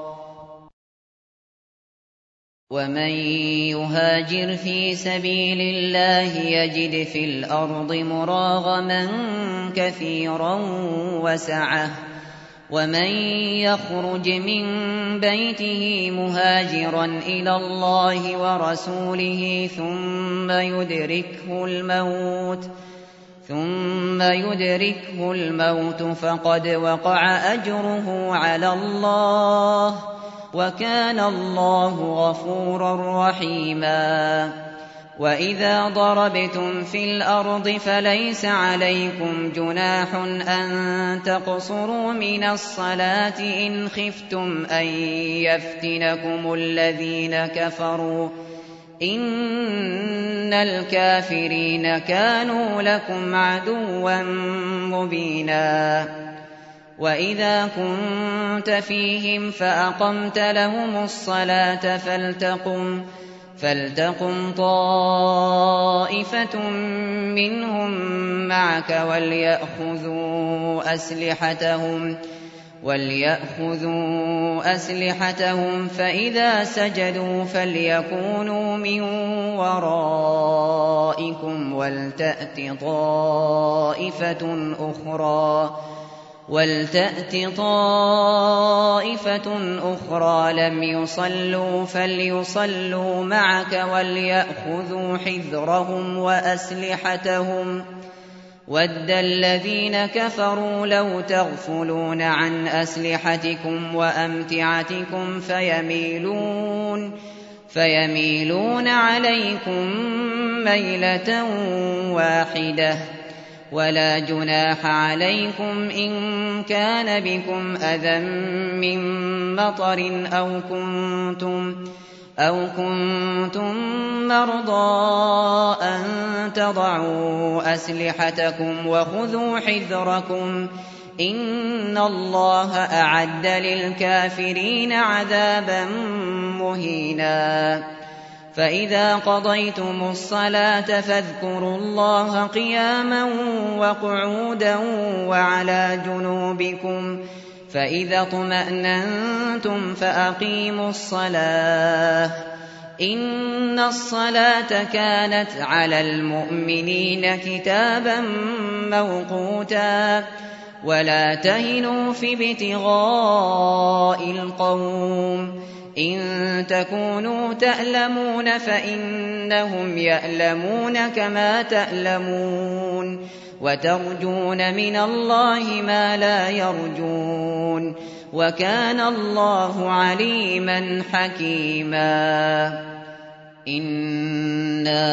ومن يهاجر في سبيل الله يجد في الأرض مراغما كثيرا وسعة ومن يخرج من بيته مهاجرا إلى الله ورسوله ثم يدركه الموت ثم يدركه الموت فقد وقع أجره على الله وكان الله غفورا رحيما وإذا ضربتم في الأرض فليس عليكم جناح أن تقصروا من الصلاة إن خفتم أن يفتنكم الذين كفروا إن الكافرين كانوا لكم عدوا مبينا وإذا كنت فيهم فأقمت لهم الصلاة فلتقم فلتقم طائفة منهم معك وليأخذوا أسلحتهم وليأخذوا أسلحتهم فإذا سجدوا فليكونوا من ورائكم ولتأت طائفة أخرى ولتأت طائفة أخرى لم يصلوا فليصلوا معك وليأخذوا حذرهم وأسلحتهم وَدَّ الَّذِينَ كَفَرُوا لَوْ تَغْفُلُونَ عَنْ أَسْلِحَتِكُمْ وَأَمْتِعَتِكُمْ فَيَمِيلُونَ فَيَمِيلُونَ عَلَيْكُمْ مَيْلَةً وَاحِدَةً وَلَا جُنَاحَ عَلَيْكُمْ إِن كَانَ بِكُمْ أَذًى مِّن مَّطَرٍ أَوْ كُنتُمْ أَوْ كُنتُم مَّرْضَىٰ أَن تَضَعُوا أَسْلِحَتَكُمْ وَخُذُوا حِذْرَكُمْ إِنَّ اللَّهَ أَعَدَّ لِلْكَافِرِينَ عَذَابًا مُّهِينًا فَإِذَا قَضَيْتُمُ الصَّلَاةَ فاذكروا اللَّهَ قِيَامًا وَقُعُودًا وَعَلَىٰ جُنُوبِكُمْ فَإِذَا اطْمَأْنَنتُمْ فَأَقِيمُوا الصَّلَاةَ إِنَّ الصَّلَاةَ كَانَتْ عَلَى الْمُؤْمِنِينَ كِتَابًا مَّوْقُوتًا وَلَا تَهِنُوا فِي ابْتِغَاءِ الْقَوْمِ إِن تَكُونُوا تَأْلَمُونَ فَإِنَّهُمْ يَأْلَمُونَ كَمَا تَأْلَمُونَ وَتَرْجُونَ مِنَ اللَّهِ مَا لَا يَرْجُونَ وَكَانَ اللَّهُ عَلِيمًا حَكِيمًا إِنَّا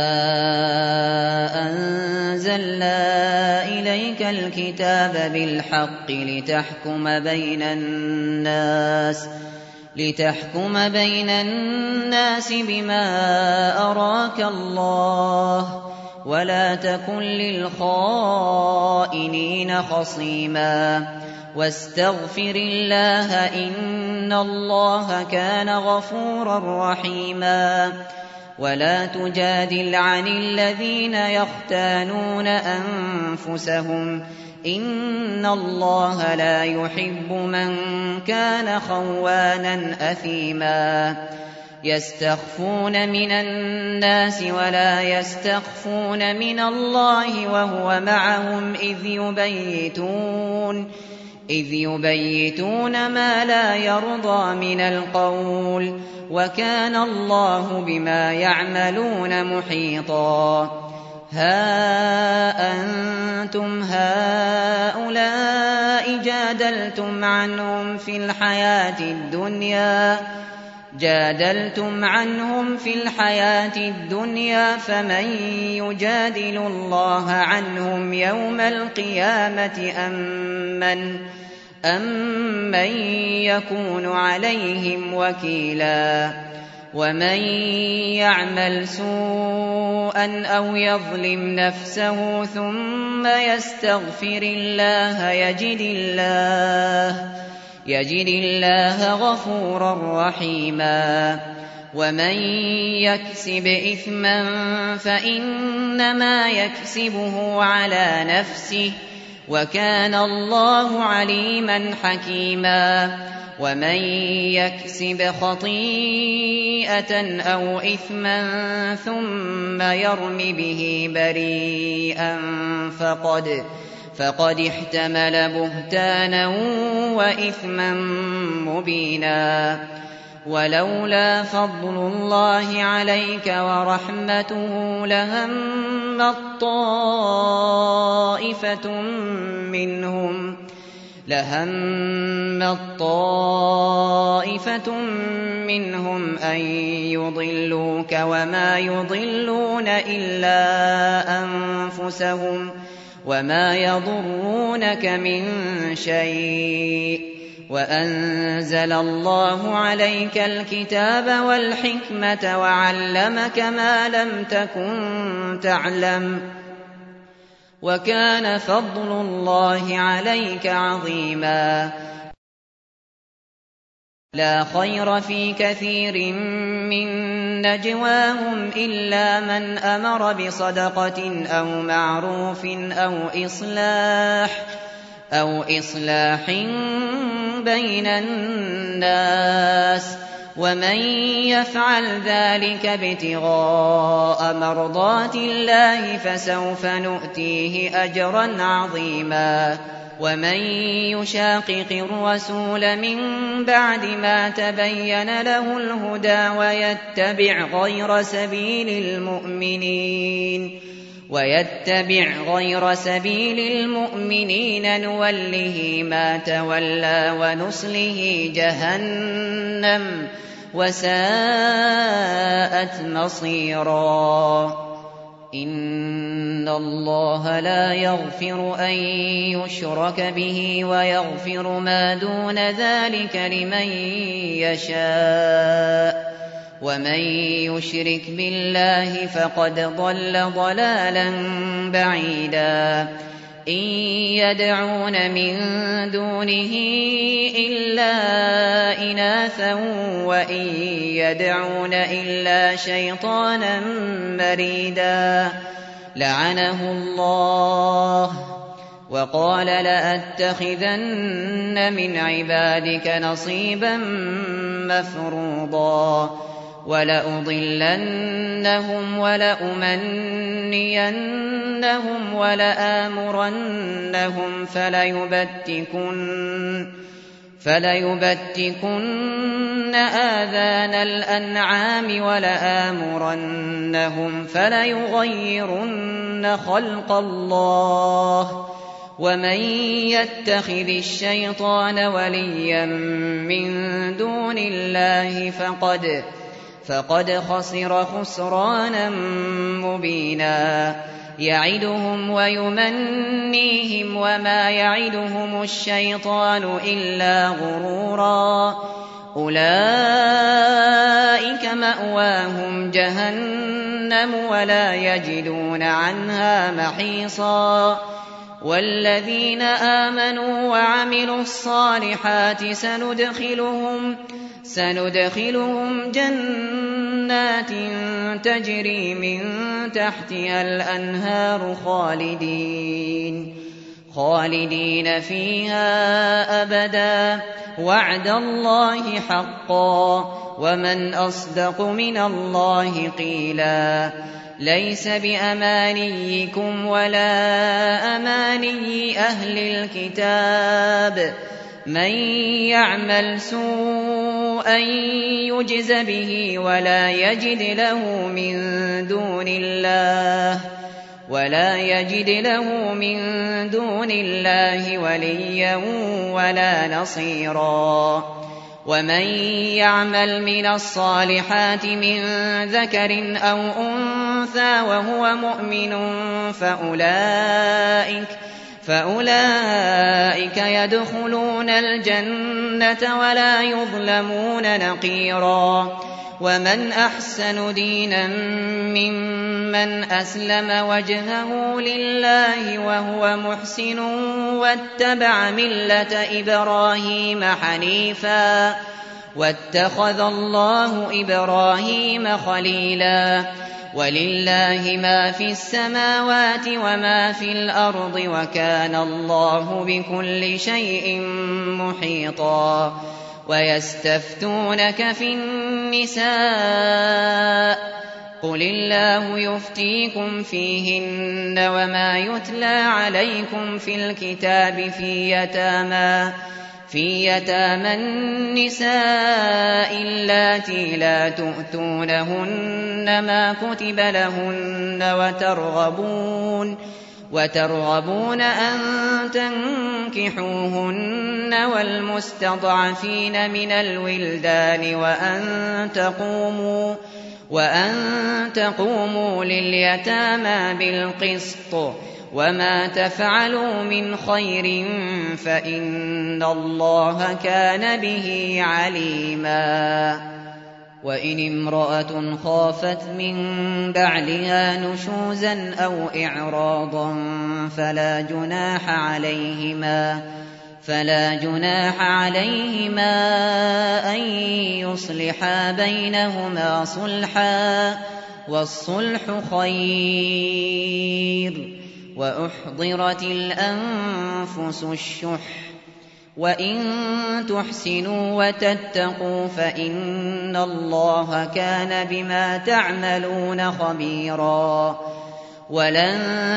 أَنزَلْنَا إِلَيْكَ الْكِتَابَ بِالْحَقِّ لِتَحْكُمَ بَيْنَ النَّاسِ لِتَحْكُمَ بَيْنَ النَّاسِ بِمَا أَرَاكَ اللَّهُ وَلَا تَكُن لِّلْخَائِنِينَ خَصِيمًا وَاسْتَغْفِرِ اللَّهَ إِنَّ اللَّهَ كَانَ غَفُورًا رَّحِيمًا وَلَا تُجَادِلْ عَنِ الَّذِينَ يَخْتَانُونَ أَنفُسَهُمْ إِنَّ اللَّهَ لَا يُحِبُّ مَن كَانَ خَوَّانًا أَثِيمًا يَسْتَخْفُونَ مِنَ النَّاسِ وَلَا يَسْتَخْفُونَ مِنَ اللَّهِ وَهُوَ مَعَهُمْ إِذْ يُبَيِّتُونَ إِذْ يُبَيِّتُونَ مَا لَا يَرْضَىٰ مِنَ الْقَوْلِ وَكَانَ اللَّهُ بِمَا يَعْمَلُونَ مُحِيطًا هَا أَنتُمْ هَٰؤُلَاءِ جَادَلْتُمْ عَنْهُمْ فِي الْحَيَاةِ الدُّنْيَا جادلتم عنهم في الحياة الدنيا فمن يجادل الله عنهم يوم القيامة أم من, أم من يكون عليهم وكيلا ومن يعمل سوءا أو يظلم نفسه ثم يستغفر الله يجد الله يجد الله غفورا رحيما. ومن يكسب إثما فإنما يكسبه على نفسه وكان الله عليما حكيما. ومن يكسب خطيئة أو إثما ثم يرم به بريئا فقد فقد احتمل بهتانا وإثما مبينا. ولولا فضل الله عليك ورحمته لهمت طائفة منهم لهمت طائفة منهم أن يضلوك وما يضلون إلا أنفسهم وما يضرونك من شيء. وأنزل الله عليك الكتاب والحكمة وعلمك ما لم تكن تعلم وكان فضل الله عليك عظيما. لا خير في كثير من نجواهم إلا من أمر بصدقة أو معروف أو إصلاح أو إصلاح بين الناس ومن يفعل ذلك ابتغاء مرضات الله فسوف نؤتيه أجرا عظيما. ومن يشاقق الرسول من بعد ما تبين له الهدى ويتبع غير سبيل المؤمنين ويتبع غير سبيل المؤمنين نوله ما تولى ونصله جهنم وساءت مصيرا. إن الله لا يغفر أن يشرك به ويغفر ما دون ذلك لمن يشاء ومن يشرك بالله فقد ضل ضلالا بعيدا. إن يدعون من دونه إلا إناثا وإن يدعون إلا شيطانا مريدا لعنه الله وقال لأتخذن من عبادك نصيبا مفروضا ولأضلنهم ولأمنينهم ولآمرنهم فليبتكن فليبتكن آذان الأنعام ولآمرنهم فليغيرن خلق الله ومن يتخذ الشيطان وليا من دون الله فقد فقد خسر خسرانا مبينا. يعدهم ويمنيهم وما يعدهم الشيطان إلا غرورا. أولئك مأواهم جهنم ولا يجدون عنها محيصا. والذين آمنوا وعملوا الصالحات سندخلهم سندخلهم جنات تجري من تحتها الأنهار خالدين خالدين فيها أبدا وعد الله حقا ومن أصدق من الله قيلا. ليس بأمانيكم ولا أماني أهل الكتاب من يعمل سوءا يجز به ولا يجد له من دون الله ولا يجد له من دون الله وليا ولا نصيرا. ومن يعمل من الصالحات من ذكر أو أنثى وهو مؤمن فأولئك فأولئك يدخلون الجنة الجنة ولا يظلمون نقيرا. ومن أحسن دينا ممن أسلم وجهه لله وهو محسن واتبع ملة إبراهيم حنيفا واتخذ الله إبراهيم خليلا. ولله ما في السماوات وما في الأرض وكان الله بكل شيء محيطا. ويستفتونك في النساء قل الله يفتيكم فيهن وما يتلى عليكم في الكتاب في يتامى في يتامى النساء اللاتي لا تؤتونهن ما كتب لهن وترغبون وترغبون أن تنكحوهن والمستضعفين من الولدان وأن تقوموا وأن تقوموا لليتامى بالقسط وما تفعلوا من خير فإن الله كان به عليما. وإن امرأة خافت من بعلها نشوزا أو إعراضا فلا جناح عليهما فلا جناح عليهما أن يصلحا بينهما صلحا والصلح خير. وأحضرت الأنفس الشح وإن تحسنوا وتتقوا فإن الله كان بما تعملون خبيرا. ولن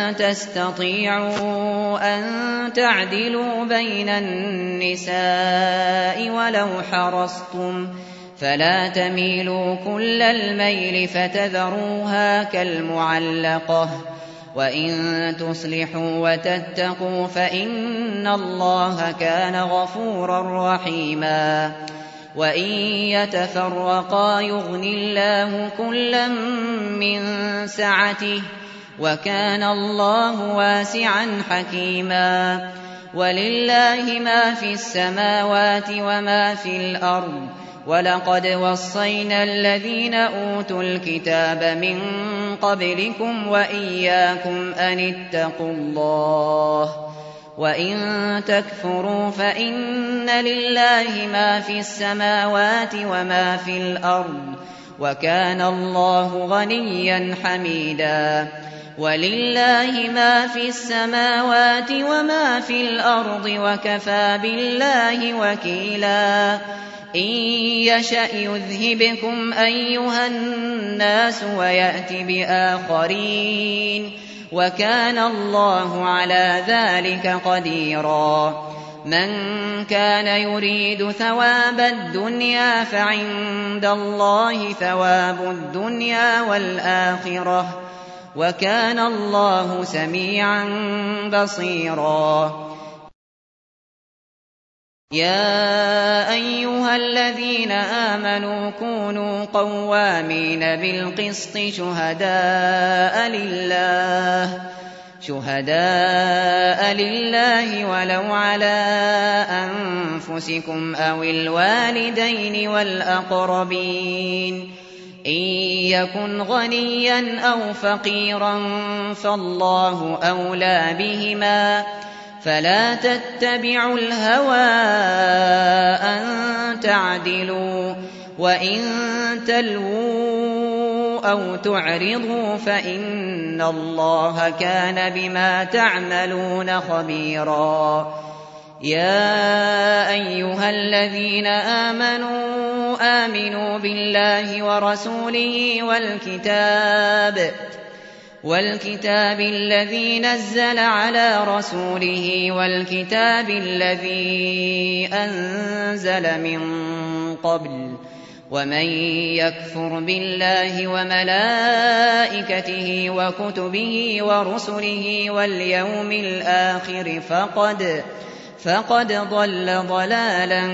تستطيعوا أن تعدلوا بين النساء ولو حرصتم فلا تميلوا كل الميل فتذروها كالمعلقة. وإن تصلحوا وتتقوا فإن الله كان غفورا رحيما. وإن يتفرقا يغن الله كلا من سعته وكان الله واسعا حكيما. ولله ما في السماوات وما في الأرض ولقد وصينا الذين أوتوا الكتاب من قبلكم وإياكم أن اتقوا الله. وإن تكفروا فإن لله ما في السماوات وما في الأرض وكان الله غنيا حميدا. ولله ما في السماوات وما في الأرض وكفى بالله وكيلا. إن يشأ يذهبكم أيها الناس ويأت بآخرين وكان الله على ذلك قديرا. من كان يريد ثواب الدنيا فعند الله ثواب الدنيا والآخرة وكان الله سميعا بصيرا. يا أيها الذين آمنوا كونوا قوامين بالقسط شهداء لله شهداء لله ولو على أنفسكم أو الوالدين والأقربين إن يكن غنيا أو فقيرا فالله أولى بهما فلا تتبعوا الهوى أن تعدلوا وإن تلووا أو تعرضوا فإن الله كان بما تعملون خبيرا. يا أيها الذين آمنوا آمنوا بالله ورسوله والكتاب والكتاب الذي نزل على رسوله والكتاب الذي أنزل من قبل ومن يكفر بالله وملائكته وكتبه ورسله واليوم الآخر فقد فقد ضل ضلالا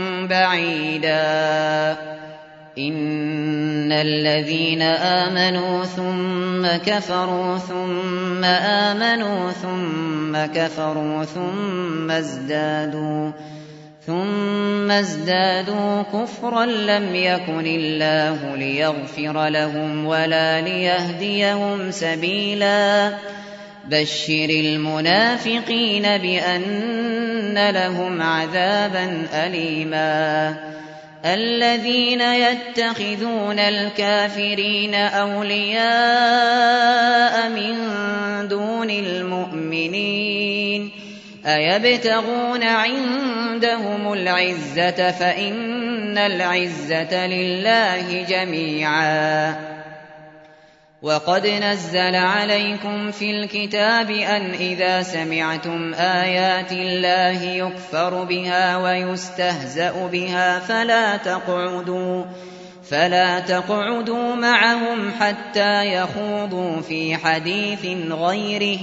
بعيدا. إن الذين آمنوا ثم كفروا ثم آمنوا ثم كفروا ثم ازدادوا ثم ازدادوا كفرا لم يكن الله ليغفر لهم ولا ليهديهم سبيلا بشر المنافقين بأن لهم عذابا أليما الذين يتخذون الكافرين أولياء من دون المؤمنين أيبتغون عندهم العزة فإن العزة لله جميعا وقد نزل عليكم في الكتاب أن إذا سمعتم آيات الله يكفر بها ويستهزأ بها فلا تقعدوا فلا تقعدوا معهم حتى يخوضوا في حديث غيره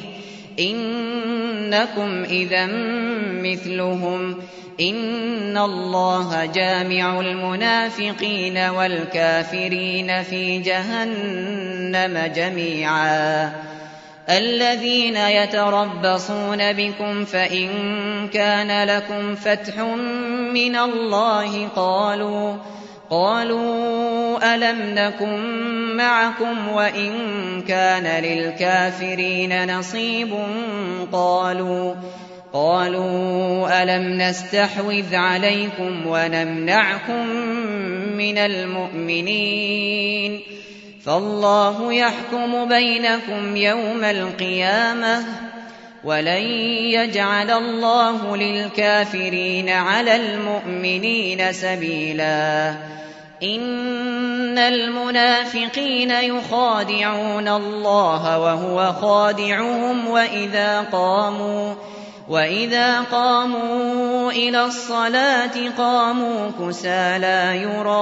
إنكم إذا مثلهم إن الله جامع المنافقين والكافرين في جهنم جميعا الذين يتربصون بكم فإن كان لكم فتح من الله قالوا قالوا ألم نكن معكم وإن كان للكافرين نصيب قالوا قالوا ألم نستحوذ عليكم ونمنعكم من المؤمنين فالله يحكم بينكم يوم القيامة ولن يجعل الله للكافرين على المؤمنين سبيلا إن المنافقين يخادعون الله وهو خادعهم وإذا قاموا وإذا قاموا إلى الصلاة قاموا كسالى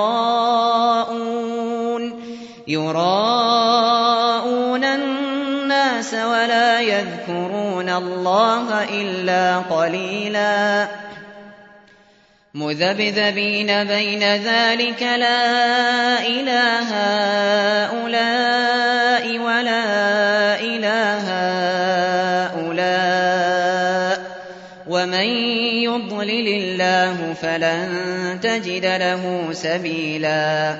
يراءون يراءون الناس ولا يذكرون الله إلا قليلا مذبذبين بين ذلك لا إله هؤلاء ولا إله هؤلاء ومن يضلل الله فلن تجد له سبيلا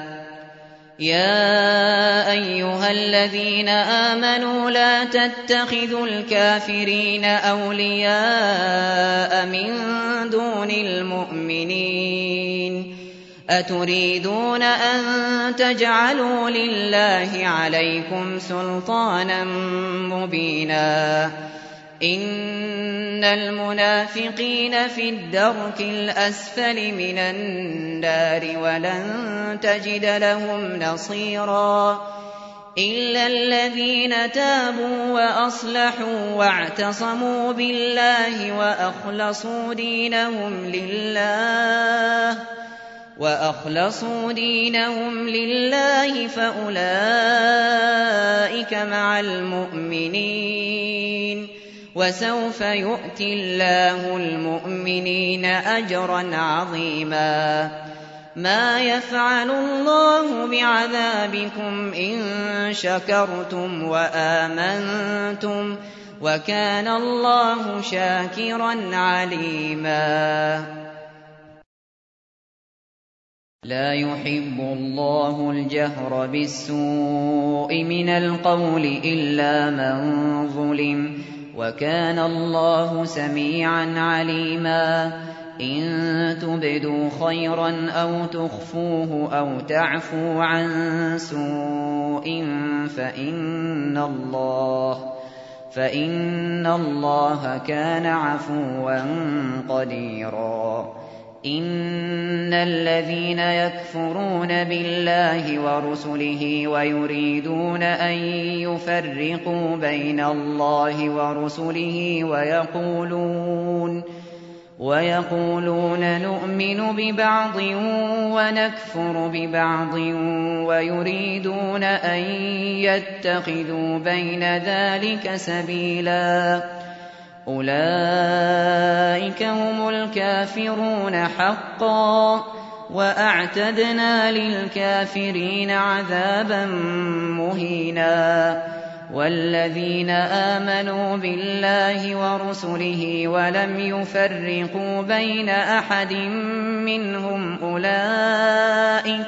يا أيها الذين آمنوا لا تتخذوا الكافرين أولياء من دون المؤمنين أتريدون أن تجعلوا لله عليكم سلطانا مبينا إن المنافقين في الدرك الأسفل من النار ولن تجد لهم نصيرا إلا الذين تابوا وأصلحوا واعتصموا بالله وأخلصوا دينهم لله وأخلصوا دينهم لله فأولئك مع المؤمنين وسوف يؤتي الله المؤمنين أجرا عظيما ما يفعل الله بعذابكم إن شكرتم وآمنتم وكان الله شاكرا عليما لا يحب الله الجهر بالسوء من القول إلا من ظلم وكان الله سميعا عليما إن تبدوا خيرا أو تخفوه أو تعفوا عن سوء فإن الله فإن الله كان عفوا قديرا إن الذين يكفرون بالله ورسله ويريدون أن يفرقوا بين الله ورسله ويقولون ويقولون نؤمن ببعض ونكفر ببعض ويريدون أن يتخذوا بين ذلك سبيلا أولئك هم الكافرون حقا وأعتدنا للكافرين عذابا مهينا والذين آمنوا بالله ورسله ولم يفرقوا بين أحد منهم أولئك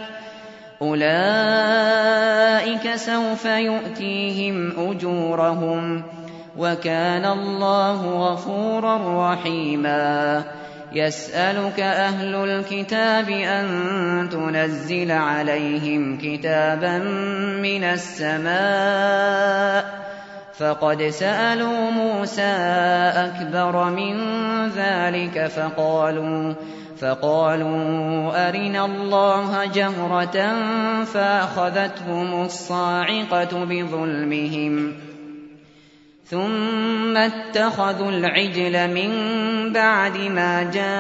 أولئك سوف يؤتيهم أجورهم وكان الله غفورا رحيما. يسألك أهل الكتاب أن تنزل عليهم كتابا من السماء فقد سألوا موسى أكبر من ذلك فقالوا فقالوا أرنا الله جهرة فأخذتهم الصاعقة بظلمهم ثم اتخذوا العجل من بعد ما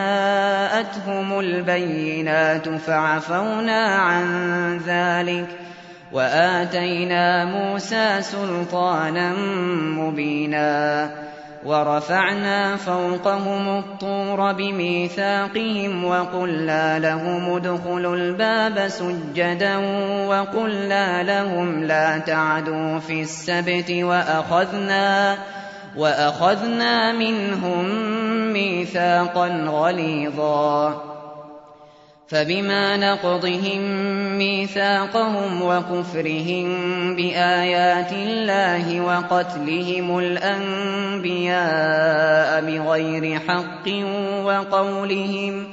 جاءتهم البينات فعفونا عن ذلك وآتينا موسى سلطانا مبينا. ورفعنا فوقهم الطور بميثاقهم وقلنا لهم ادخلوا الباب سجدا وقلنا لهم لا تعدوا في السبت وأخذنا, وأخذنا منهم ميثاقا غليظا. فبما نقضهم ميثاقهم وكفرهم بآيات الله وقتلهم الأنبياء بغير حق وقولهم,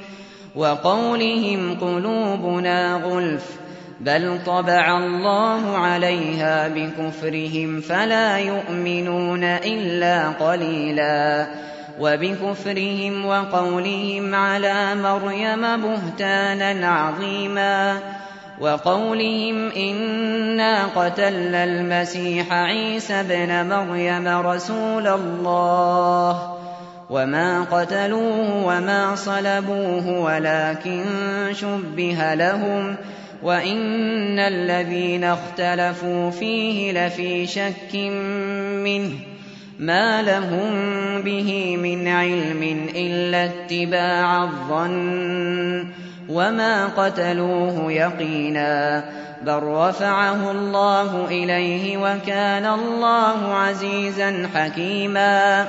وقولهم قلوبنا غلف بل طبع الله عليها بكفرهم فلا يؤمنون إلا قليلا. وبكفرهم وقولهم على مريم بهتانا عظيما وقولهم إنا قتلنا المسيح عيسى ابن مريم رسول الله وما قتلوه وما صلبوه ولكن شبه لهم وإن الذين اختلفوا فيه لفي شك منه ما لهم به من علم إلا اتباع الظن وما قتلوه يقينا بل رفعه الله إليه وكان الله عزيزا حكيما.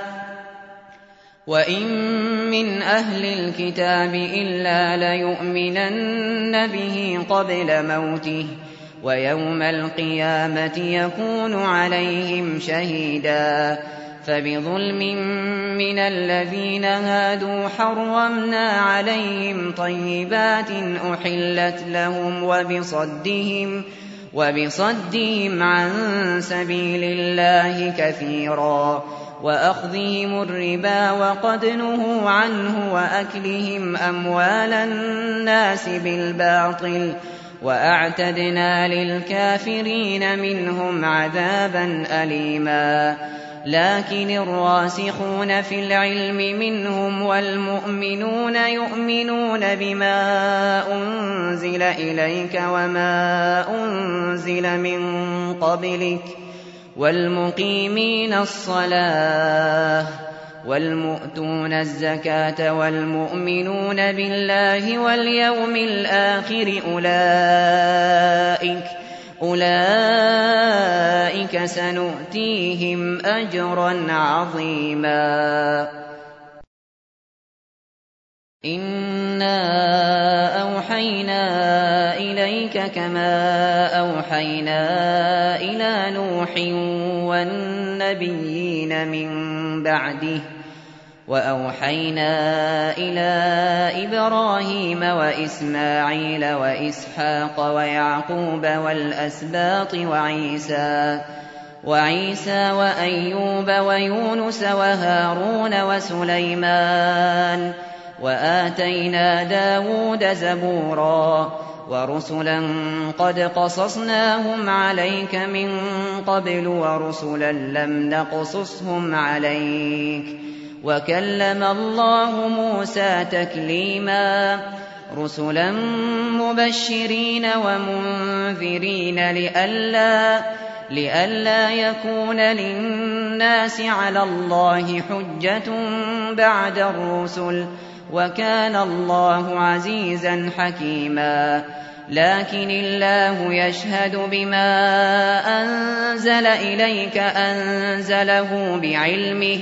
وإن من أهل الكتاب إلا ليؤمنن به قبل موته ويوم القيامة يكون عليهم شهيدا. فبظلم من الذين هادوا حرمنا عليهم طيبات أحلت لهم وبصدهم, وبصدهم عن سبيل الله كثيرا وأخذهم الربا وقد نهوا عنه وأكلهم أموال الناس بالباطل وأعتدنا للكافرين منهم عذابا أليما. لكن الراسخون في العلم منهم والمؤمنون يؤمنون بما أنزل إليك وما أنزل من قبلك والمقيمين الصلاة والمؤتون الزكاة والمؤمنون بالله واليوم الآخر أولئك أولئك سنؤتيهم أجرا عظيما. إنا أوحينا إليك كما أوحينا إلى نوح والنبيين من بعده وأوحينا إلى إبراهيم وإسماعيل وإسحاق ويعقوب والأسباط وعيسى وعيسى وأيوب ويونس وهارون وسليمان وآتينا داود زبورا ورسلا قد قصصناهم عليك من قبل ورسلا لم نقصصهم عليك وكلم الله موسى تكليما. رسلا مبشرين ومنذرين لئلا لئلا يكون للناس على الله حجة بعد الرسل وكان الله عزيزا حكيما. لكن الله يشهد بما أنزل إليك أنزله بعلمه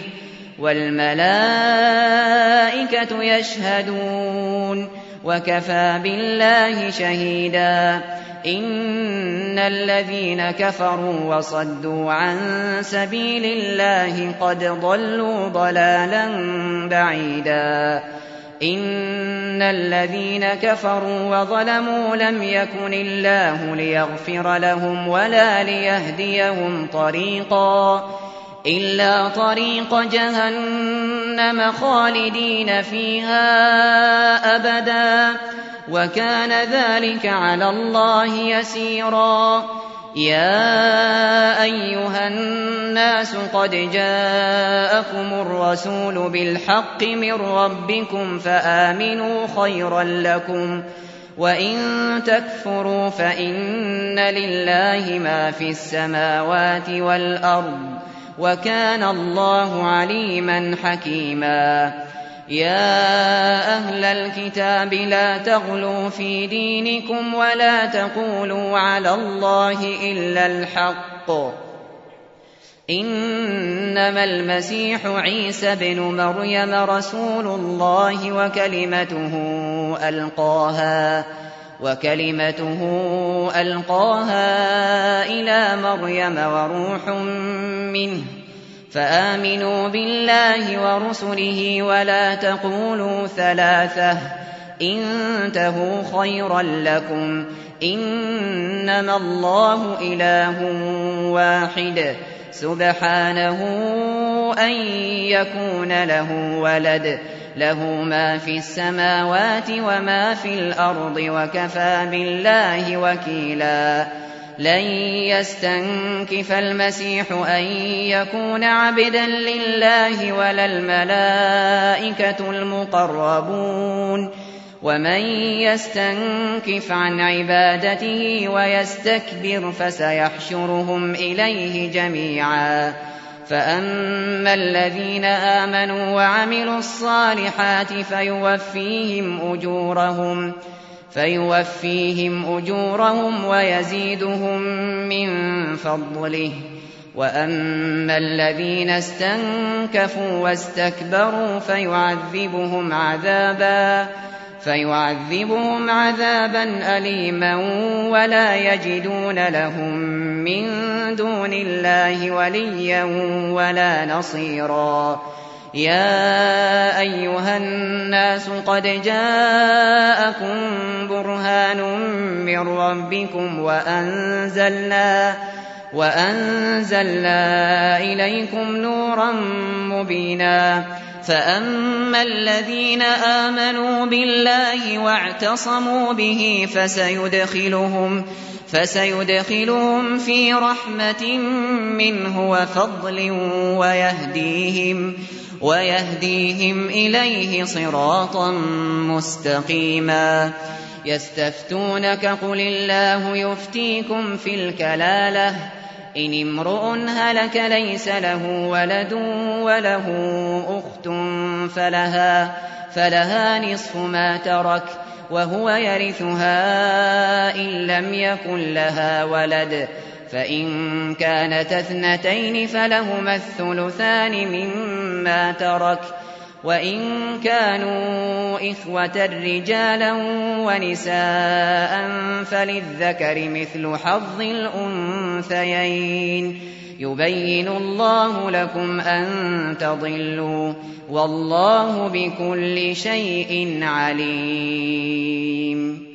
والملائكة يشهدون وكفى بالله شهيدا إن الذين كفروا وصدوا عن سبيل الله قد ضلوا ضلالا بعيدا إن الذين كفروا وظلموا لم يكن الله ليغفر لهم ولا ليهديهم طريقا إلا طريق جهنم خالدين فيها أبدا وكان ذلك على الله يسيرا يا أيها الناس قد جاءكم الرسول بالحق من ربكم فآمنوا خيرا لكم وإن تكفروا فإن لله ما في السماوات والأرض وكان الله عليما حكيما يا أهل الكتاب لا تغلوا في دينكم ولا تقولوا على الله إلا الحق إنما المسيح عيسى ابن مريم رسول الله وكلمته ألقاها وكلمته ألقاها إلى مريم وروح منه فآمنوا بالله ورسله ولا تقولوا ثلاثة انتهوا خيرا لكم إنما الله إله واحد سبحانه أن يكون له ولد له ما في السماوات وما في الأرض وكفى بالله وكيلا لن يستنكف المسيح أن يكون عبدا لله ولا الملائكة المقربون ومن يستنكف عن عبادته ويستكبر فسيحشرهم إليه جميعا فأما الذين آمنوا وعملوا الصالحات فيوفيهم أجورهم فيوفيهم أجورهم ويزيدهم من فضله وأما الذين استنكفوا واستكبروا فيعذبهم عذابا فيعذبهم عذابا أليما ولا يجدون لهم من دون الله وليا ولا نصيرا يا أيها الناس قد جاءكم برهان من ربكم وأنزلنا وأنزلنا إليكم نورا مبينا فأما الذين آمنوا بالله واعتصموا به فسيدخلهم فسيدخلهم في رحمة منه وفضل ويهديهم ويهديهم إليه صراطا مستقيما يستفتونك قل الله يفتيكم في الكلالة إن امرؤ هلك ليس له ولد وله أخت فلها, فلها نصف ما ترك وهو يرثها إن لم يكن لها ولد فإن كانت اثنتين فلهما الثلثان مما ترك وإن كانوا إخوة رجالا ونساء فللذكر مثل حظ الأنثيين يبين الله لكم أن تضلوا والله بكل شيء عليم.